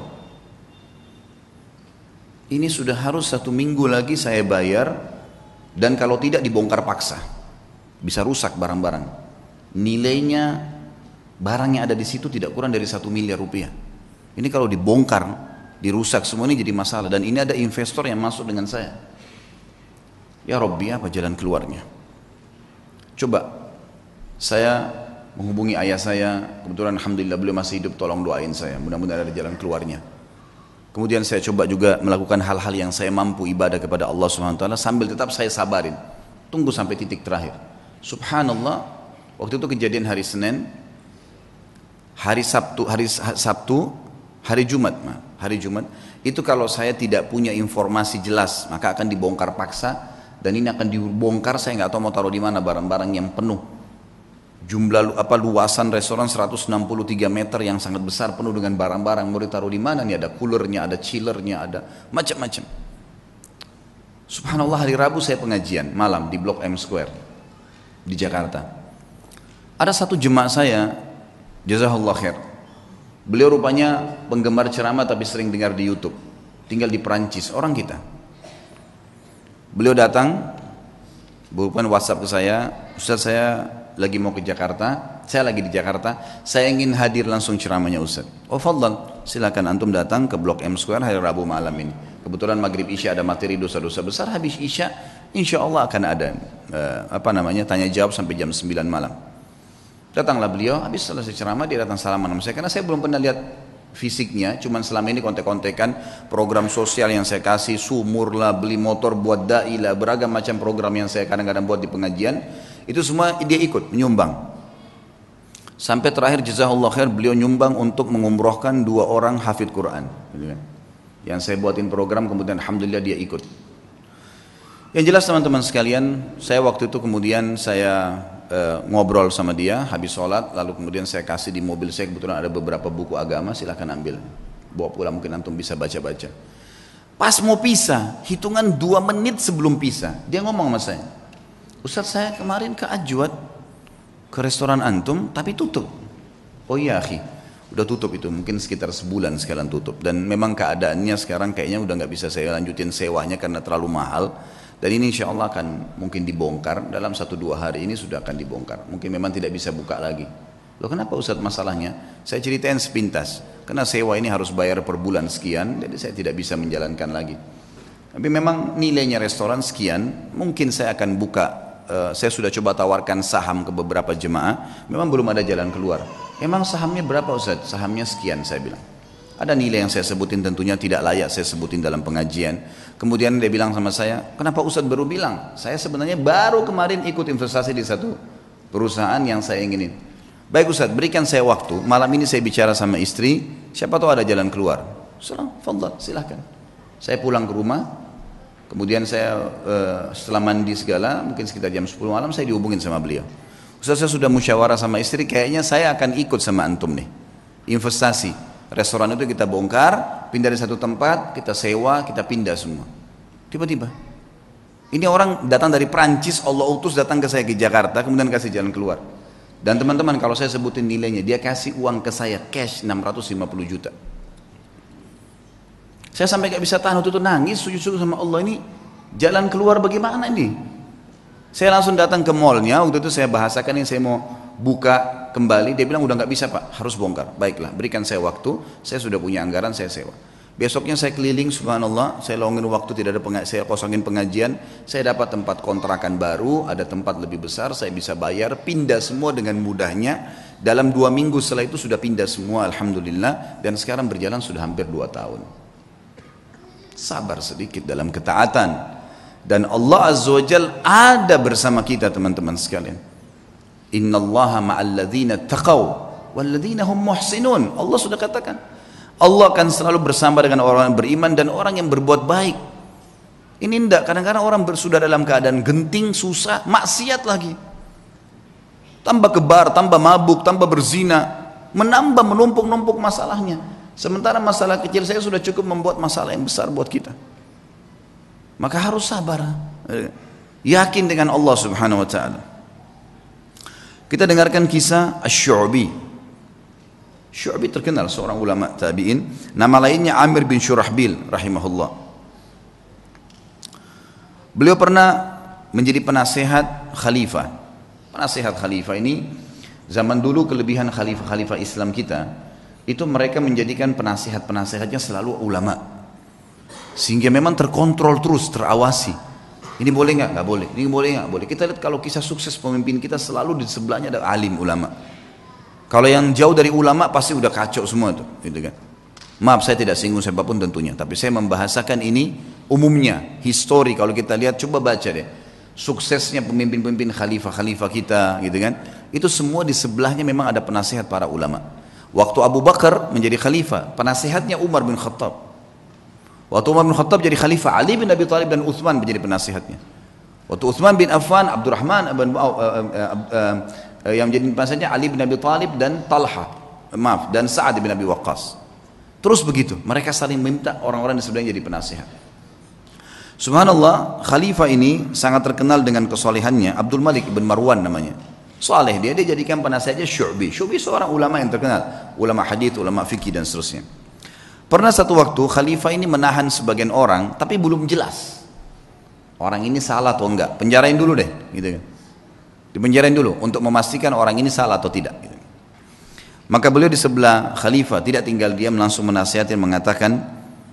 Ini sudah harus satu minggu lagi saya bayar, dan kalau tidak dibongkar paksa, bisa rusak barang-barang. Nilainya barang yang ada di situ tidak kurang dari satu miliar rupiah. Ini kalau dibongkar, dirusak semua, ini jadi masalah. Dan ini ada investor yang masuk dengan saya. Ya Rabbi, apa jalan keluarnya? Coba saya menghubungi ayah saya, kebetulan alhamdulillah beliau masih hidup, tolong doain saya, mudah-mudahan ada jalan keluarnya. Kemudian saya coba juga melakukan hal-hal yang saya mampu ibadah kepada Allah subhanahu wa taala sambil tetap saya sabarin. Tunggu sampai titik terakhir. Subhanallah, waktu itu kejadian hari Senin, hari Sabtu, hari Sabtu, hari Jumat, hari Jumat itu kalau saya tidak punya informasi jelas maka akan dibongkar paksa, dan ini akan dibongkar, saya nggak tahu mau taruh di mana barang-barang yang penuh. Jumlah apa luasan restoran seratus enam puluh tiga meter yang sangat besar, penuh dengan barang-barang, mau ditaruh di mana nih? Ada coolernya, ada chillernya, ada macam-macam. Subhanallah, hari Rabu saya pengajian malam di Blok M Square di Jakarta. Ada satu jemaah saya, jazakallah khair. Beliau rupanya penggemar ceramah tapi sering dengar di YouTube. Tinggal di Perancis, orang kita. Beliau datang, bukan WhatsApp ke saya, Ustaz saya lagi mau ke Jakarta, saya lagi di Jakarta, saya ingin hadir langsung ceramahnya Ustaz. Oh fadlan, silakan antum datang ke Blok M Square hari Rabu malam ini. Kebetulan maghrib isya ada materi dosa-dosa besar, habis isya insya Allah akan ada uh, apa namanya tanya jawab sampai jam sembilan malam. Datanglah beliau, habis selesai ceramah dia datang salaman sama saya, karena saya belum pernah lihat fisiknya, cuman selama ini kontek-kontekan program sosial yang saya kasih, sumur lah, beli motor buat da'i lah, beragam macam program yang saya kadang-kadang buat di pengajian, itu semua dia ikut menyumbang. Sampai terakhir jazakallah khair, beliau nyumbang untuk mengumrohkan dua orang hafid Quran, yang saya buatin program, kemudian alhamdulillah dia ikut. Yang jelas teman-teman sekalian, saya waktu itu kemudian saya e, ngobrol sama dia habis sholat, lalu kemudian saya kasih di mobil saya, kebetulan ada beberapa buku agama, silahkan ambil, bawa pulang, mungkin antum bisa baca-baca. Pas mau pisah, hitungan dua menit sebelum pisah, dia ngomong sama saya, Ustaz saya kemarin ke Ajwad, ke restoran antum, tapi tutup. Oh iya akhi, udah tutup itu, mungkin sekitar sebulan sekarang tutup. Dan memang keadaannya sekarang kayaknya udah nggak bisa saya lanjutin sewanya karena terlalu mahal. Dan ini insya Allah akan mungkin dibongkar dalam satu dua hari ini sudah akan dibongkar. Mungkin memang tidak bisa buka lagi. Loh kenapa Ustaz masalahnya? Saya ceritain sepintas. Karena sewa ini harus bayar per bulan sekian, jadi saya tidak bisa menjalankan lagi. Tapi memang nilainya restoran sekian, mungkin saya akan buka. Uh, saya sudah coba tawarkan saham ke beberapa jemaah, memang belum ada jalan keluar. Emang sahamnya berapa Ustaz? Sahamnya sekian saya bilang. Ada nilai yang saya sebutin tentunya tidak layak saya sebutin dalam pengajian. Kemudian dia bilang sama saya, kenapa Ustaz baru bilang? Saya sebenarnya baru kemarin ikut investasi di satu perusahaan yang saya inginin. Baik Ustaz, berikan saya waktu, malam ini saya bicara sama istri, siapa tahu ada jalan keluar. Salam, fadhal, silahkan. Saya pulang ke rumah, kemudian saya uh, setelah mandi segala, mungkin sekitar jam sepuluh malam saya dihubungin sama beliau. Ustaz, saya sudah musyawarah sama istri, kayaknya saya akan ikut sama antum nih, investasi. Restoran itu kita bongkar, pindah dari satu tempat, kita sewa, kita pindah semua. Tiba-tiba, ini orang datang dari Prancis, Allah utus datang ke saya ke Jakarta, kemudian kasih jalan keluar. Dan teman-teman kalau saya sebutin nilainya, dia kasih uang ke saya cash enam ratus lima puluh juta. Saya sampai gak bisa tahan, waktu itu nangis, sujud-sujud sama Allah, ini jalan keluar bagaimana ini? Saya langsung datang ke mallnya, waktu itu saya bahasakan ini saya mau buka kembali, dia bilang udah nggak bisa Pak, harus bongkar. Baiklah, berikan saya waktu, saya sudah punya anggaran, saya sewa. Besoknya saya keliling, subhanallah, saya longin waktu, tidak ada pengajian, saya kosongin pengajian, saya dapat tempat kontrakan baru, ada tempat lebih besar, saya bisa bayar, pindah semua dengan mudahnya. Dalam dua minggu setelah itu sudah pindah semua, alhamdulillah, dan sekarang berjalan sudah hampir dua tahun. Sabar sedikit dalam ketaatan, dan Allah Azza wa Jal ada bersama kita teman-teman sekalian. Innallaha ma'alladzina taqaw walladzina hum muhsinun. Allah sudah katakan, Allah akan selalu bersama dengan orang yang beriman dan orang yang berbuat baik. Ini enggak, kadang-kadang orang sudah dalam keadaan genting, susah, maksiat lagi. Tambah kebar, tambah mabuk, tambah berzina, menambah menumpuk-numpuk masalahnya. Sementara masalah kecil saya sudah cukup membuat masalah yang besar buat kita. Maka harus sabar. Yakin dengan Allah Subhanahu wa taala. Kita dengarkan kisah Asy-Syu'bi. Syu'bi terkenal seorang ulama tabi'in, nama lainnya Amir bin Syurahbil rahimahullah. Beliau pernah menjadi penasehat khalifah. Penasehat khalifah ini zaman dulu kelebihan khalifah-khalifah Islam kita, itu mereka menjadikan penasehat-penasehatnya selalu ulama. Sehingga memang terkontrol terus, terawasi. Ini boleh nggak? Nggak boleh. Ini boleh nggak? Boleh. Kita lihat kalau kisah sukses pemimpin kita selalu di sebelahnya ada alim ulama. Kalau yang jauh dari ulama pasti udah kacau semua tuh, gitu kan. Maaf saya tidak singgung siapapun tentunya, tapi saya membahasakan ini umumnya, histori. Kalau kita lihat coba baca deh, suksesnya pemimpin-pemimpin khalifah-khalifah kita, gitu kan. Itu semua di sebelahnya memang ada penasihat para ulama. Waktu Abu Bakar menjadi khalifah, penasihatnya Umar bin Khattab. Waktu Umar bin Khattab jadi khalifah, Ali bin Abi Thalib dan Uthman menjadi penasihatnya. Waktu Uthman bin Affan, Abdurrahman bin, uh, uh, uh, uh, uh, yang menjadi penasihatnya Ali bin Abi Thalib dan Talha, maaf, dan Sa'ad bin Abi Waqqas. Terus begitu, mereka saling minta orang-orang di sebelahnya jadi penasihat. Subhanallah, khalifah ini sangat terkenal dengan kesolehannya. Abdul Malik bin Marwan namanya. Saleh dia, dia jadikan penasihatnya Syu'bi. Syu'bi seorang ulama yang terkenal, ulama hadith, ulama fikih dan seterusnya. Pernah satu waktu khalifah ini menahan sebagian orang, tapi belum jelas orang ini salah atau enggak. Penjarain dulu deh, gitu kan. Dipenjarain dulu untuk memastikan orang ini salah atau tidak. Gitu. Maka beliau di sebelah khalifah tidak tinggal diam, langsung menasihatin mengatakan,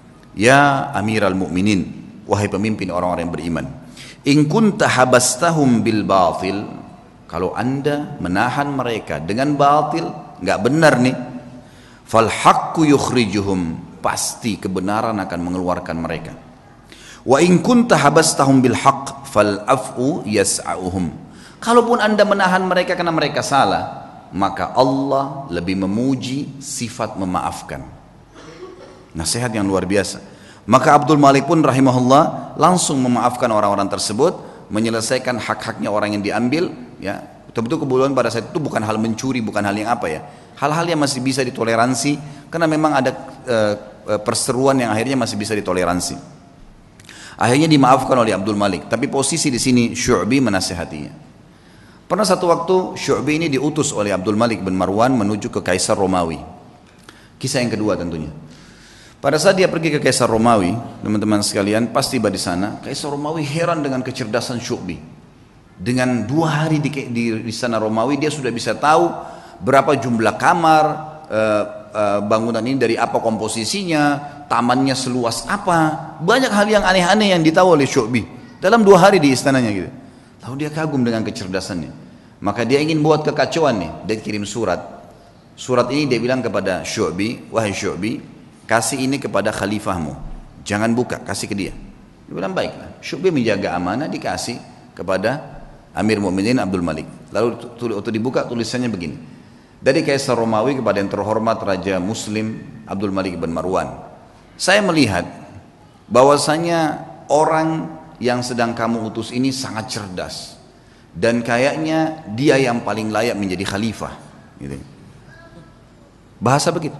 ya Amiral Mukminin, wahai pemimpin orang-orang yang beriman, in kunta habastahum bil batil, kalau anda menahan mereka dengan batil, enggak benar nih, fal haqqu yukhrijuhum, pasti kebenaran akan mengeluarkan mereka. Wa in kunta habastahum bil haqq fal af'u yas'auhum, kalaupun anda menahan mereka karena mereka salah, maka Allah lebih memuji sifat memaafkan. Nasihat yang luar biasa. Maka Abdul Malik pun rahimahullah langsung memaafkan orang-orang tersebut, menyelesaikan hak-haknya orang yang diambil, ya. Betul-betul kebutuhan pada saat itu bukan hal mencuri, bukan hal yang apa ya, hal-hal yang masih bisa ditoleransi, karena memang ada e, perseruan yang akhirnya masih bisa ditoleransi. Akhirnya dimaafkan oleh Abdul Malik, tapi posisi di sini Syu'bi menasihatinya. Pernah satu waktu Syu'bi ini diutus oleh Abdul Malik bin Marwan menuju ke Kaisar Romawi. Kisah yang kedua tentunya. Pada saat dia pergi ke Kaisar Romawi, teman-teman sekalian, pas tiba di sana, Kaisar Romawi heran dengan kecerdasan Syu'bi. Dengan dua hari di, di, di sana Romawi, dia sudah bisa tahu berapa jumlah kamar, uh, uh, bangunan ini dari apa komposisinya, tamannya seluas apa. Banyak hal yang aneh-aneh yang ditahu oleh Syu'bi dalam dua hari di istananya gitu. Lalu dia kagum dengan kecerdasannya. Maka dia ingin buat kekacauan nih, dia kirim surat. Surat ini dia bilang kepada Syu'bi, wahai Syu'bi, kasih ini kepada khalifahmu, jangan buka, kasih ke dia. Dia bilang baiklah. Syu'bi menjaga amanah, dikasih kepada Amir Mu'minin Abdul Malik. Lalu waktu dibuka tulisannya begini, dari Kaisar Romawi kepada yang terhormat Raja Muslim Abdul Malik bin Marwan, saya melihat bahwasanya orang yang sedang kamu utus ini sangat cerdas dan kayaknya dia yang paling layak menjadi khalifah gitu. Bahasa begitu.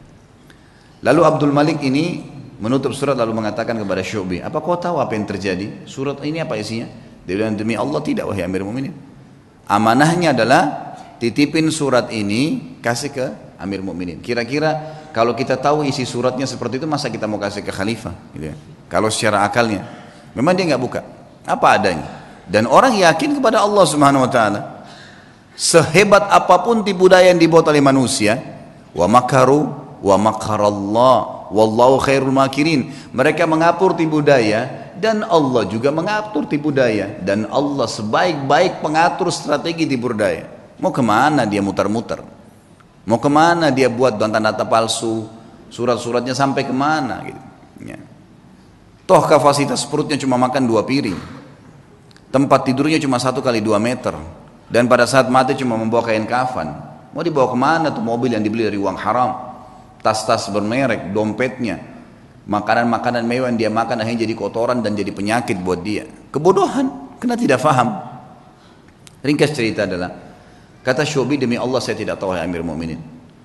Lalu Abdul Malik ini menutup surat lalu mengatakan kepada Syu'bi, apa kau tahu apa yang terjadi? Surat ini apa isinya? Dia bilang, demi Allah tidak wahai Amir Mu'minin. Amanahnya adalah titipin surat ini kasih ke Amir Mu'minin. Kira-kira kalau kita tahu isi suratnya seperti itu, masa kita mau kasih ke khalifah gitu ya? Kalau secara akalnya memang dia nggak buka apa adanya. Dan orang yakin kepada Allah Subhanahu wa taala. Sehebat apapun tipu daya yang dibuat oleh manusia, wa makaru wa makarallah wallahu khairul makirin, mereka mengatur tipu daya dan Allah juga mengatur tipu daya, dan Allah sebaik-baik pengatur strategi tipu daya. Mau kemana dia muter-muter, mau kemana dia buat data-data palsu, surat-suratnya sampai kemana gitu ya. Toh kapasitas perutnya cuma makan dua piring, tempat tidurnya cuma satu kali dua meter, dan pada saat mati cuma membawa kain kafan. Mau dibawa kemana tuh mobil yang dibeli dari uang haram, tas-tas bermerek, dompetnya, makanan-makanan mewah yang dia makan akhirnya jadi kotoran dan jadi penyakit buat dia. Kebodohan, karena tidak faham. Ringkas cerita adalah, kata Syu'bi, demi Allah saya tidak tahu ya Amir Mu'minin.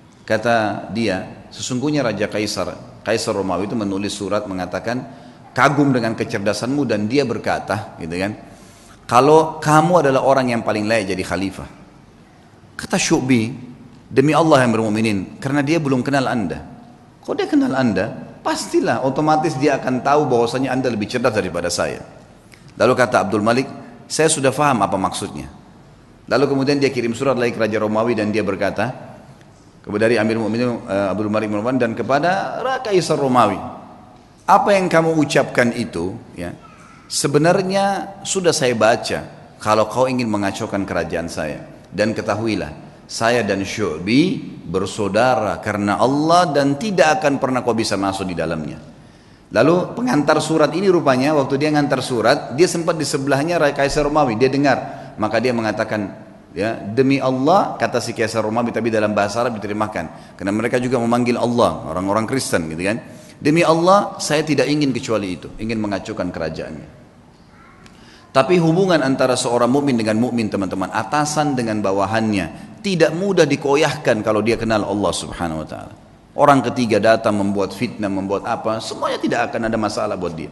Kata dia, sesungguhnya Raja Kaisar, Kaisar Romawi itu menulis surat mengatakan kagum dengan kecerdasanmu, dan dia berkata, gitu kan, kalau kamu adalah orang yang paling layak jadi khalifah. Kata Syu'bi, demi Allah yang bermukminin, karena dia belum kenal anda. Kalau dia kenal anda, pastilah otomatis dia akan tahu bahwasanya anda lebih cerdas daripada saya. Lalu kata Abdul Malik, saya sudah faham apa maksudnya. Lalu kemudian dia kirim surat lagi ke Raja Romawi, dan dia berkata kepada dari Amir Mu'minin uh, Abdul Malik bin Marwan dan kepada Kaisar Romawi, apa yang kamu ucapkan itu ya, sebenarnya sudah saya baca kalau kau ingin mengacaukan kerajaan saya. Dan ketahuilah, saya dan Syu'bi bersaudara karena Allah dan tidak akan pernah kau bisa masuk di dalamnya. Lalu pengantar surat ini rupanya waktu dia ngantar surat, dia sempat di sebelahnya Kaisar Romawi, dia dengar. Maka dia mengatakan, ya demi Allah, kata si Kaisar Romawi tapi dalam bahasa Arab diterjemahkan. Karena mereka juga memanggil Allah, orang-orang Kristen gitu kan. Demi Allah, saya tidak ingin kecuali itu, ingin mengacaukan kerajaannya. Tapi hubungan antara seorang mukmin dengan mukmin, teman-teman, atasan dengan bawahannya, tidak mudah dikoyahkan kalau dia kenal Allah Subhanahu wa taala. Orang ketiga datang membuat fitnah, membuat apa, semuanya tidak akan ada masalah buat dia.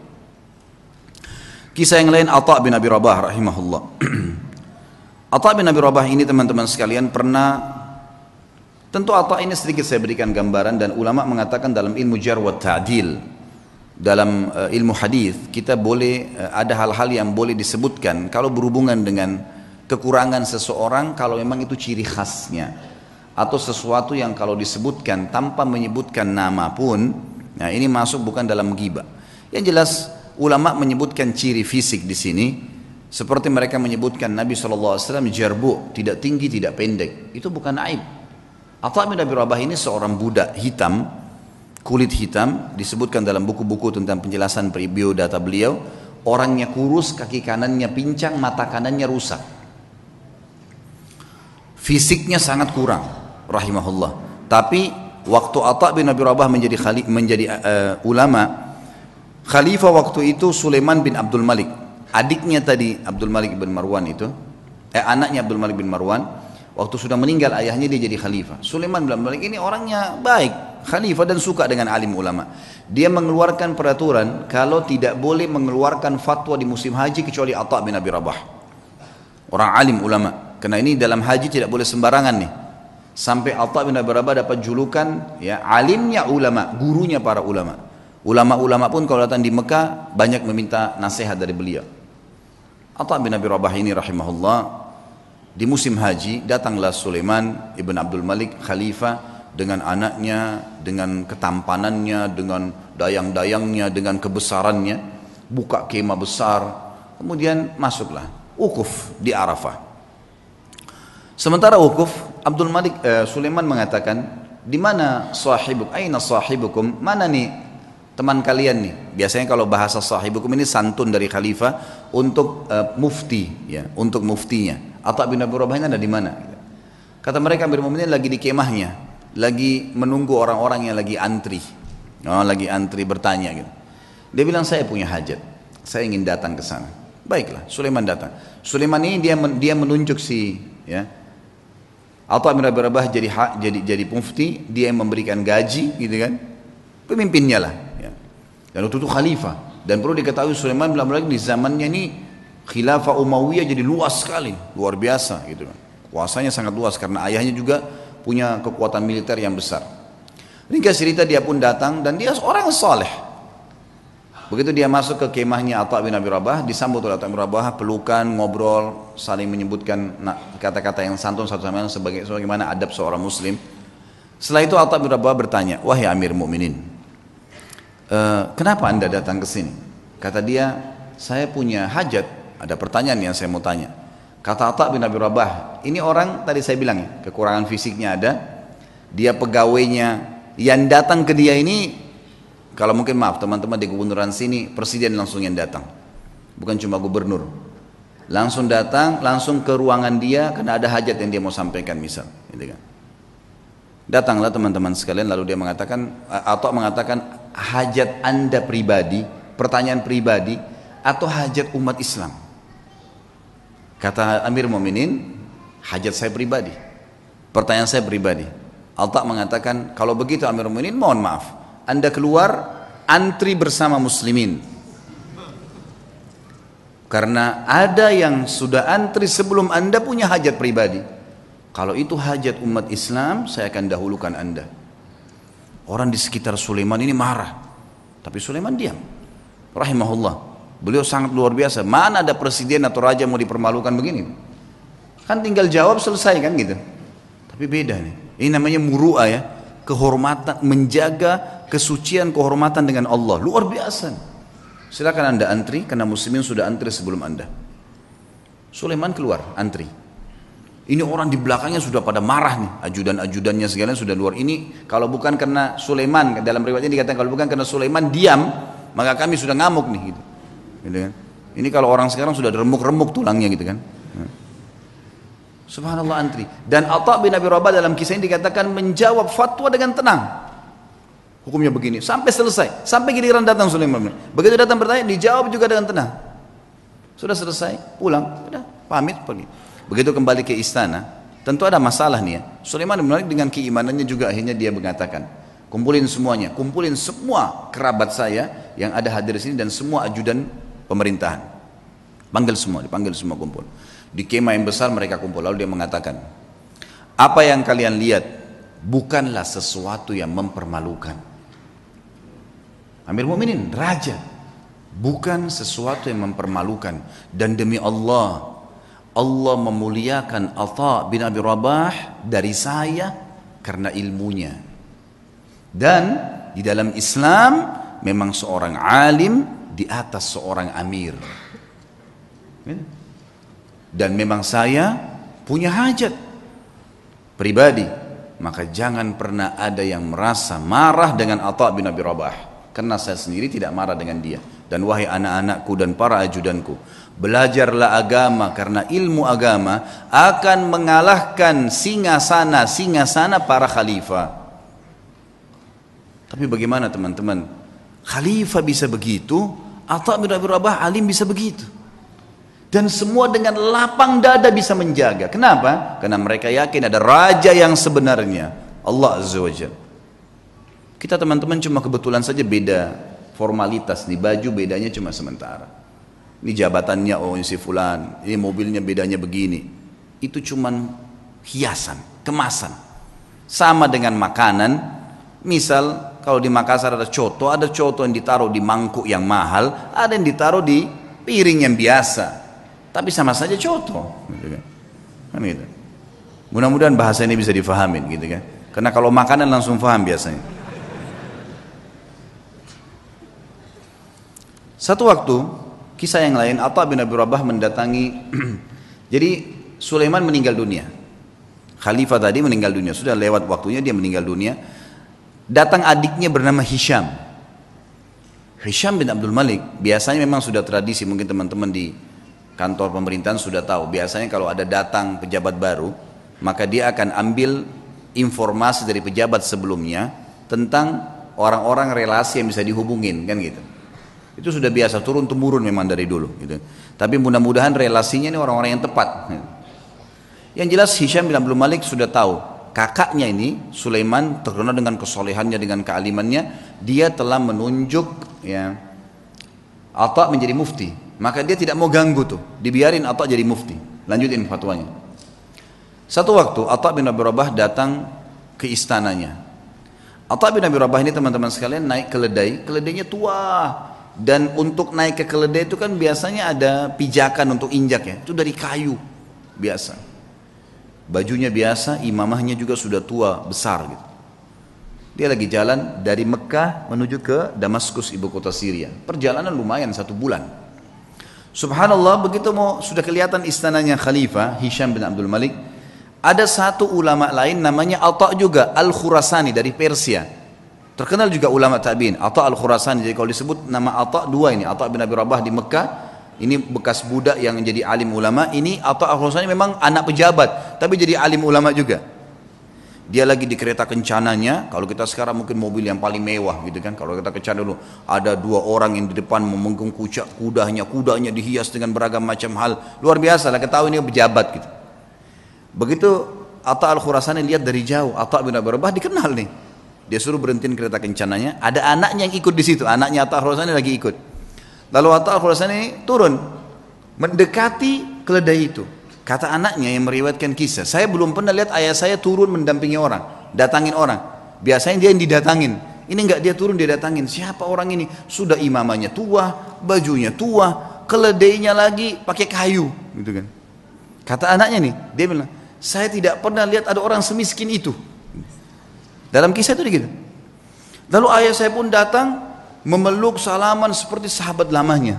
Kisah yang lain, Atha bin Abi Rabah rahimahullah. Atha bin Abi Rabah ini teman-teman sekalian pernah, tentu Atha ini sedikit saya berikan gambaran, dan ulama mengatakan dalam ilmu jarh wa ta'dil, dalam uh, ilmu hadis kita boleh uh, ada hal-hal yang boleh disebutkan kalau berhubungan dengan kekurangan seseorang, kalau memang itu ciri khasnya, atau sesuatu yang kalau disebutkan tanpa menyebutkan nama pun, nah ini masuk bukan dalam ghibah. Yang jelas ulama menyebutkan ciri fisik di sini, seperti mereka menyebutkan Nabi shallallahu alaihi wasallam jarbu, tidak tinggi tidak pendek, itu bukan aib. Atha bin Abi Rabah ini seorang budak hitam, kulit hitam, disebutkan dalam buku-buku tentang penjelasan biodata beliau, orangnya kurus, kaki kanannya pincang, mata kanannya rusak, fisiknya sangat kurang rahimahullah. Tapi waktu Atha bin Abi Rabah menjadi khali, menjadi uh, ulama, khalifah waktu itu Sulaiman bin Abdul Malik, adiknya tadi Abdul Malik bin Marwan itu, eh anaknya Abdul Malik bin Marwan, waktu sudah meninggal ayahnya dia jadi khalifah. Sulaiman bin Abdul Malik ini orangnya baik, khalifah dan suka dengan alim ulama. Dia mengeluarkan peraturan kalau tidak boleh mengeluarkan fatwa di musim haji kecuali Atha bin Abi Rabah, orang alim ulama. Karena ini dalam haji tidak boleh sembarangan nih. Sampai Atha bin Abi Rabah dapat julukan ya alimnya ulama, gurunya para ulama. Ulama-ulama pun kalau datang di Mekah banyak meminta nasihat dari beliau. Atha bin Abi Rabah ini rahimahullah, di musim haji datanglah Sulaiman ibn Abdul Malik khalifah dengan anaknya, dengan ketampanannya, dengan dayang-dayangnya, dengan kebesarannya, buka kemah besar, kemudian masuklah wukuf di Arafah. Sementara wukuf, Abdul Malik eh, Sulaiman mengatakan, di mana sahibuk, aina sahibukum, mana nih teman kalian nih? Biasanya kalau bahasa sahibukum ini santun dari khalifah untuk uh, mufti, ya, untuk muftinya. Atha bin Abi Rabah ini ada di mana? Kata mereka, Amir Mu'minin lagi di kemahnya, lagi menunggu orang-orang yang lagi antri, oh, lagi antri bertanya gitu. Dia bilang, saya punya hajat, saya ingin datang ke sana. Baiklah, Sulaiman datang. Sulaiman ini dia dia menunjuk si, ya, Atha bin Abi Rabah jadi hak, jadi jadi mufti, dia yang memberikan gaji, gitu kan, pemimpinnya lah. Ya. Dan waktu itu khalifah. Dan perlu diketahui Sulaiman bilang lagi di zamannya ini khilafah Umayyah jadi luas sekali, luar biasa, gitu kan. Kuasanya sangat luas karena ayahnya juga punya kekuatan militer yang besar. Ringkas cerita, dia pun datang dan dia seorang saleh. Begitu dia masuk ke kemahnya Atha bin Abi Rabah, disambut oleh Atha bin Abi Rabah, pelukan, ngobrol, saling menyebutkan kata-kata yang santun satu sama lain sebagai sebagaimana adab seorang muslim. Setelah itu Atha bin Abi Rabah bertanya, wahai Amir Mu'minin, e, kenapa anda datang ke sini? Kata dia, saya punya hajat, ada pertanyaan yang saya mau tanya. Kata Atha bin Abi Rabah, ini orang tadi saya bilang ya, kekurangan fisiknya ada, dia pegawainya yang datang ke dia ini, kalau mungkin maaf teman-teman di gubernuran sini, presiden langsung yang datang, bukan cuma gubernur, langsung datang, langsung ke ruangan dia karena ada hajat yang dia mau sampaikan misal, gitu kan. Datanglah teman-teman sekalian, lalu dia mengatakan, atau mengatakan hajat anda pribadi, pertanyaan pribadi, atau hajat umat Islam? Kata Amir Mu'minin, hajat saya pribadi, pertanyaan saya pribadi. Atha mengatakan, kalau begitu Amir Mu'minin, mohon maaf, anda keluar antri bersama muslimin, karena ada yang sudah antri sebelum anda punya hajat pribadi. Kalau itu hajat umat Islam, saya akan dahulukan anda. Orang di sekitar Sulaiman ini marah, tapi Sulaiman diam, rahimahullah. Beliau sangat luar biasa. Mana ada presiden atau raja mau dipermalukan begini? Kan tinggal jawab selesai kan gitu. Tapi beda nih. Ini namanya muru'ah ya, kehormatan, menjaga kesucian kehormatan dengan Allah. Luar biasa. Silakan anda antri, karena muslimin sudah antri sebelum anda. Sulaiman keluar antri. Ini orang di belakangnya sudah pada marah nih, ajudan-ajudannya segala sudah luar. Ini kalau bukan karena Sulaiman, dalam riwayatnya dikatakan kalau bukan karena Sulaiman diam, maka kami sudah ngamuk nih gitu. Gitu kan? Ini kalau orang sekarang sudah remuk-remuk tulangnya gitu kan. Subhanallah, antri. Dan Atha bin Abi Rabah dalam kisah ini dikatakan menjawab fatwa dengan tenang. Hukumnya begini sampai selesai, sampai giliran datang Sulaiman. Begitu datang bertanya, dijawab juga dengan tenang. Sudah selesai, pulang, sudah pamit pergi. Begitu kembali ke istana, tentu ada masalah nih ya. Sulaiman menarik dengan keimanannya juga, akhirnya dia mengatakan, kumpulin semuanya, kumpulin semua kerabat saya yang ada hadir di sini dan semua ajudan pemerintahan. Panggil semua, dipanggil semua kumpul. Di kemah yang besar mereka kumpul. Lalu dia mengatakan, apa yang kalian lihat bukanlah sesuatu yang mempermalukan. Amir Mu'minin, raja, bukan sesuatu yang mempermalukan. Dan demi Allah, Allah memuliakan Atha bin Abi Rabah dari saya karena ilmunya. Dan di dalam Islam memang seorang alim di atas seorang amir. Dan memang saya punya hajat pribadi, maka jangan pernah ada yang merasa marah dengan Atha bin Abi Rabah, karena saya sendiri tidak marah dengan dia. Dan wahai anak-anakku dan para ajudanku, belajarlah agama, karena ilmu agama akan mengalahkan singasana-singasana para khalifah. Tapi bagaimana teman-teman, khalifah bisa begitu, Atha bin Abi Rabah alim bisa begitu. Dan semua dengan lapang dada bisa menjaga. Kenapa? Karena mereka yakin ada raja yang sebenarnya, Allah Azza wa Jalla. Kita teman-teman cuma kebetulan saja beda formalitas nih, baju bedanya cuma sementara. Ini jabatannya, oh ini si fulan, ini mobilnya bedanya begini. Itu cuma hiasan, kemasan. Sama dengan makanan, misal kalau di Makassar ada coto, ada coto yang ditaruh di mangkuk yang mahal, ada yang ditaruh di piring yang biasa, tapi sama saja coto, gitu kan? Kan gitu. Mudah-mudahan bahasa ini bisa difahamin, gitu kan? Karena kalau makanan langsung paham biasanya. Satu waktu, kisah yang lain, Atha bin Abi Rabah mendatangi, jadi Sulaiman meninggal dunia. Khalifah tadi meninggal dunia, sudah lewat waktunya dia meninggal dunia. Datang adiknya bernama Hisham. Hisham bin Abdul Malik, biasanya memang sudah tradisi, mungkin teman-teman di kantor pemerintahan sudah tahu. Biasanya kalau ada datang pejabat baru, maka dia akan ambil informasi dari pejabat sebelumnya tentang orang-orang relasi yang bisa dihubungin, kan gitu. Itu sudah biasa, turun temurun memang dari dulu, gitu. Tapi mudah-mudahan relasinya ini orang-orang yang tepat. Yang jelas Hisham bin Abdul Malik sudah tahu kakaknya ini Sulaiman terkenal dengan kesolehannya, dengan kealimannya, dia telah menunjuk ya Atha menjadi mufti. Maka dia tidak mau ganggu tuh, dibiarin Atha jadi mufti, lanjutin fatwanya. Satu waktu Atha bin Abi Rabah datang ke istananya. Atha bin Abi Rabah ini teman-teman sekalian naik keledai, keledainya tua. Dan untuk naik ke keledai itu kan biasanya ada pijakan untuk injak ya, itu dari kayu biasa. Bajunya biasa, imamahnya juga sudah tua, besar gitu. Dia lagi jalan dari Mekah menuju ke Damaskus, ibu kota Syria. Perjalanan lumayan satu bulan. Subhanallah, begitu mau sudah kelihatan istananya Khalifah Hisham bin Abdul Malik, ada satu ulama lain namanya Atha juga Al-Khurasani dari Persia. Terkenal juga ulama tabi'in, Atha Al-Khurasani. Jadi kalau disebut nama Atha dua ini, Atha bin Abi Rabah di Mekah, ini bekas budak yang jadi alim ulama. Ini Atha Al-Khurasani memang anak pejabat, tapi jadi alim ulama juga. Dia lagi di kereta kencananya. Kalau kita sekarang mungkin mobil yang paling mewah gitu kan. Kalau kita kencana dulu ada dua orang yang di depan memenggung kucak kudanya, kudanya dihias dengan beragam macam hal. Luar biasa lah, ketahui ini pejabat gitu. Begitu Atha Al-Khurasani lihat dari jauh, Atha bin Abi Rabah dikenal nih. Dia suruh berhentiin kereta kencananya. Ada anaknya yang ikut di situ. Anaknya Atha Al-Khurasani lagi ikut. Lalu Atha Al-Khurasani turun mendekati keledai itu. Kata anaknya yang meriwayatkan kisah, saya belum pernah lihat ayah saya turun mendampingi orang, datangin orang. Biasanya dia yang didatangin. Ini enggak, dia turun dia datangin. Siapa orang ini? Sudah imamanya tua, bajunya tua, keledainya lagi pakai kayu, gitu kan. Kata anaknya nih, dia bilang, saya tidak pernah lihat ada orang semiskin itu. Dalam kisah itu gitu. Lalu ayah saya pun datang memeluk salaman seperti sahabat lamanya.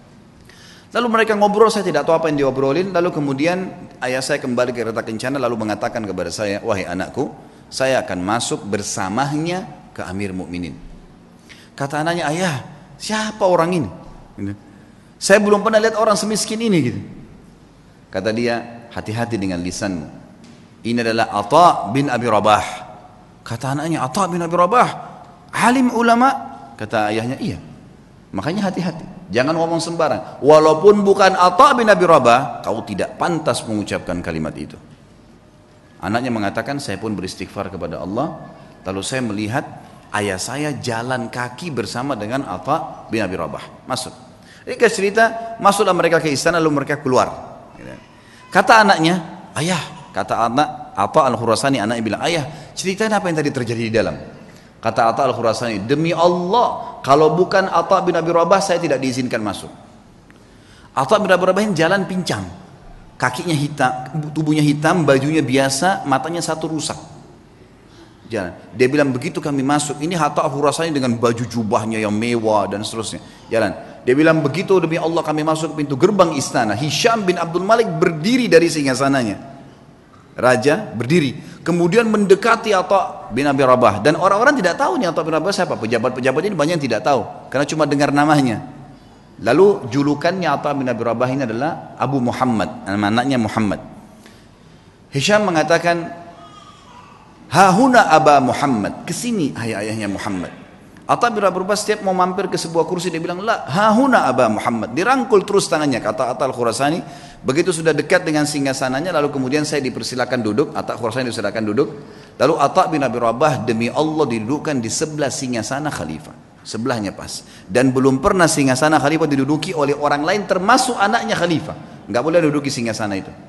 Lalu mereka ngobrol, saya tidak tahu apa yang diobrolin. Lalu kemudian ayah saya kembali ke kereta kencana lalu mengatakan kepada saya, wahai anakku, saya akan masuk bersamanya ke Amir Mukminin. Kata anaknya, ayah, siapa orang ini? Saya belum pernah lihat orang semiskin ini gitu. Kata dia, hati-hati dengan lisanmu. Ini adalah Atha bin Abi Rabah. Kata anaknya, Atha bin Abi Rabah, alim ulama. Kata ayahnya, iya. Makanya hati-hati. Jangan ngomong sembarang. Walaupun bukan Atha bin Abi Rabah, kau tidak pantas mengucapkan kalimat itu. Anaknya mengatakan, saya pun beristighfar kepada Allah. Lalu saya melihat ayah saya jalan kaki bersama dengan Atha bin Abi Rabah. Masuk. Ini cerita, masuklah mereka ke istana lalu mereka keluar. Kata anaknya, ayah, kata anak Atha Al-Khurasani, anaknya bilang, ayah, ceritain apa yang tadi terjadi di dalam. Kata Atha Al-Khurasani, demi Allah, kalau bukan Atha bin Abi Rabah, saya tidak diizinkan masuk. Atha bin Abi Rabah jalan pincang, kakinya hitam, tubuhnya hitam, bajunya biasa, matanya satu rusak. Jalan. Dia bilang, begitu kami masuk, ini Atha Al-Khurasani dengan baju jubahnya yang mewah dan seterusnya. Jalan. Dia bilang, begitu demi Allah kami masuk pintu gerbang istana, Hisham bin Abdul Malik berdiri dari singgasananya. Raja berdiri. Kemudian mendekati Atha bin Abi Rabah. Dan orang-orang tidak tahu nih Atha bin Abi Rabah siapa. Pejabat-pejabat ini banyak yang tidak tahu. Karena cuma dengar namanya. Lalu julukannya Atha bin Abi Rabah ini adalah Abu Muhammad. Anaknya Muhammad. Hisham mengatakan, hahuna Aba Muhammad. Kesini ayah-ayahnya Muhammad. Atha bin Abi Rabah setiap mau mampir ke sebuah kursi, dia bilang, la, hahuna Aba Muhammad. Dirangkul terus tangannya, kata Atha Al-Khurasani. Begitu sudah dekat dengan singgasananya, lalu kemudian saya dipersilakan duduk. Atha Al-Khurasani dipersilakan duduk. Lalu Atha bin Abi Rabah demi Allah didudukkan di sebelah singgasana khalifah. Sebelahnya pas. Dan belum pernah singgasana khalifah diduduki oleh orang lain termasuk anaknya khalifah. Enggak boleh duduki singgasana itu.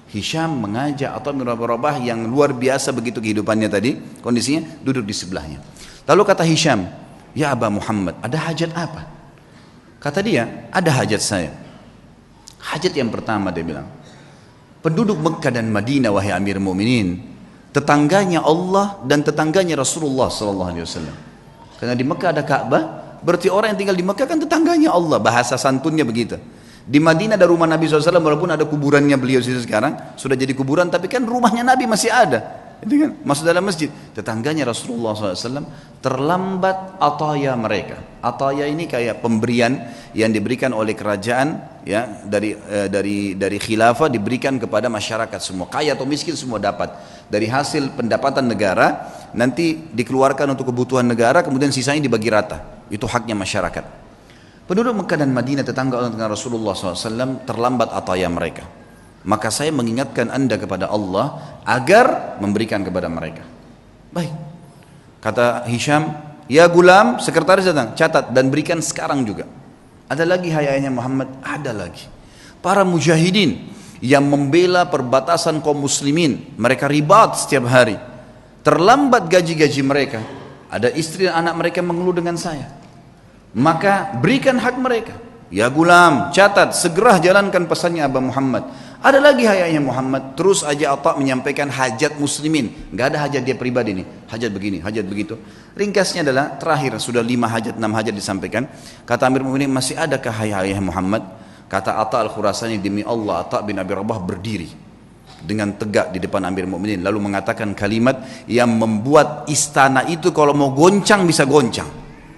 Hisham mengajak Atha bin Abi Rabah yang luar biasa begitu kehidupannya tadi, kondisinya duduk di sebelahnya. Lalu kata Hisham, ya Aba Muhammad, ada hajat apa? Kata dia, ada hajat saya. Hajat yang pertama dia bilang, penduduk Mekah dan Madinah wahai Amir Mu'minin, tetangganya Allah dan tetangganya Rasulullah sallallahu alaihi wasallam. Karena di Mekah ada Ka'bah, berarti orang yang tinggal di Mekah kan tetangganya Allah, bahasa santunnya begitu. Di Madinah ada rumah Nabi shallallahu alaihi wasallam, walaupun ada kuburannya beliau sekarang, sudah jadi kuburan, tapi kan rumahnya Nabi masih ada. Itu kan masuk dalam masjid. Tetangganya Rasulullah shallallahu alaihi wasallam terlambat ataya mereka. Ataya ini kayak pemberian yang diberikan oleh kerajaan, ya, dari eh, dari dari khilafah diberikan kepada masyarakat semua, kaya atau miskin semua dapat. Dari hasil pendapatan negara nanti dikeluarkan untuk kebutuhan negara, kemudian sisanya dibagi rata. Itu haknya masyarakat. Penduduk Mekah dan Madinah tetangga dengan Rasulullah shallallahu alaihi wasallam terlambat ataya mereka. Maka saya mengingatkan anda kepada Allah agar memberikan kepada mereka. Baik. Kata Hisham, ya gulam, sekretaris datang, catat dan berikan sekarang juga. Ada lagi hai ayahnya Muhammad, ada lagi. Para mujahidin yang membela perbatasan kaum muslimin, mereka ribat setiap hari. Terlambat gaji-gaji mereka. Ada istri dan anak mereka mengeluh dengan saya. Maka berikan hak mereka. Ya gulam, catat, segera jalankan pesannya Aba Muhammad. Ada lagi hayanya Muhammad, terus aja Atha menyampaikan hajat muslimin. Gak ada hajat dia pribadi nih, hajat begini, hajat begitu. Ringkasnya adalah terakhir, sudah lima hajat, enam hajat disampaikan. Kata Amir Mu'minin, masih adakah hayanya Muhammad? Kata Atha Al-Khurasani, demi Allah Atha bin Abi Rabah berdiri dengan tegak di depan Amir Mu'minin, lalu mengatakan kalimat yang membuat istana itu kalau mau goncang bisa goncang.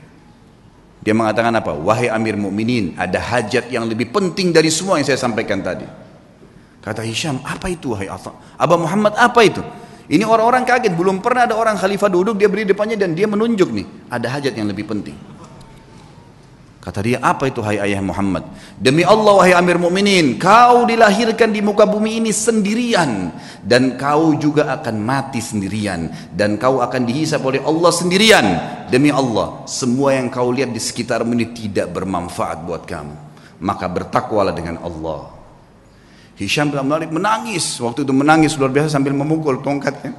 Dia mengatakan apa? Wahai Amir Mu'minin, ada hajat yang lebih penting dari semua yang saya sampaikan tadi. Kata Hisham, apa itu wahai Atha? Aba Muhammad, apa itu? Ini orang-orang kaget, belum pernah ada orang khalifah duduk, dia berdiri depannya dan dia menunjuk nih, ada hajat yang lebih penting. Kata dia, apa itu hai ayah Muhammad? Demi Allah wahai Amir Mu'minin, kau dilahirkan di muka bumi ini sendirian, dan kau juga akan mati sendirian, dan kau akan dihisab oleh Allah sendirian. Demi Allah, semua yang kau lihat di sekitarmu ini tidak bermanfaat buat kamu, maka bertakwalah dengan Allah. Hisham bin Malik menangis, waktu itu menangis luar biasa sambil memukul tongkatnya.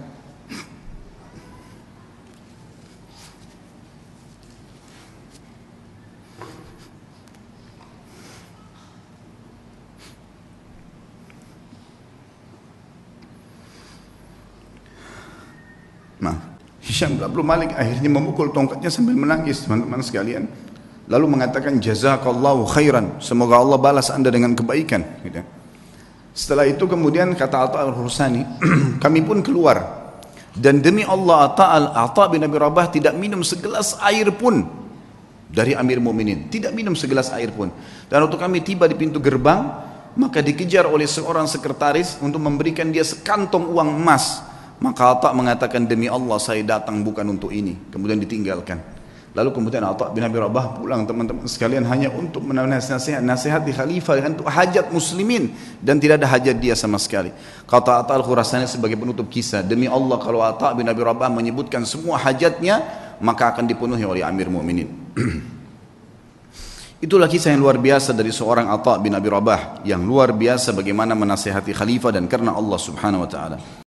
Nah, Hisham bin Malik akhirnya memukul tongkatnya sambil menangis, teman-teman sekalian. Lalu mengatakan jazakallahu khairan, semoga Allah balas anda dengan kebaikan, gitu. Setelah itu kemudian kata Atha Al-Khurasani, kami pun keluar, dan demi Allah Atha bin Abi Rabah tidak minum segelas air pun dari Amir Mu'minin, tidak minum segelas air pun. Dan waktu kami tiba di pintu gerbang, maka dikejar oleh seorang sekretaris untuk memberikan dia sekantong uang emas. Maka Atha mengatakan, demi Allah saya datang bukan untuk ini, kemudian ditinggalkan. Lalu kemudian Atha bin Abi Rabah pulang, teman-teman sekalian, hanya untuk menasihati nasihat di khalifah untuk hajat muslimin, dan tidak ada hajat dia sama sekali. Kata Atha Al-Khurasani sebagai penutup kisah, demi Allah kalau Atha bin Abi Rabah menyebutkan semua hajatnya, maka akan dipenuhi oleh Amir Mu'minin. Itulah kisah yang luar biasa dari seorang Atha bin Abi Rabah, yang luar biasa bagaimana menasihati khalifah dan karena Allah subhanahu wa ta'ala.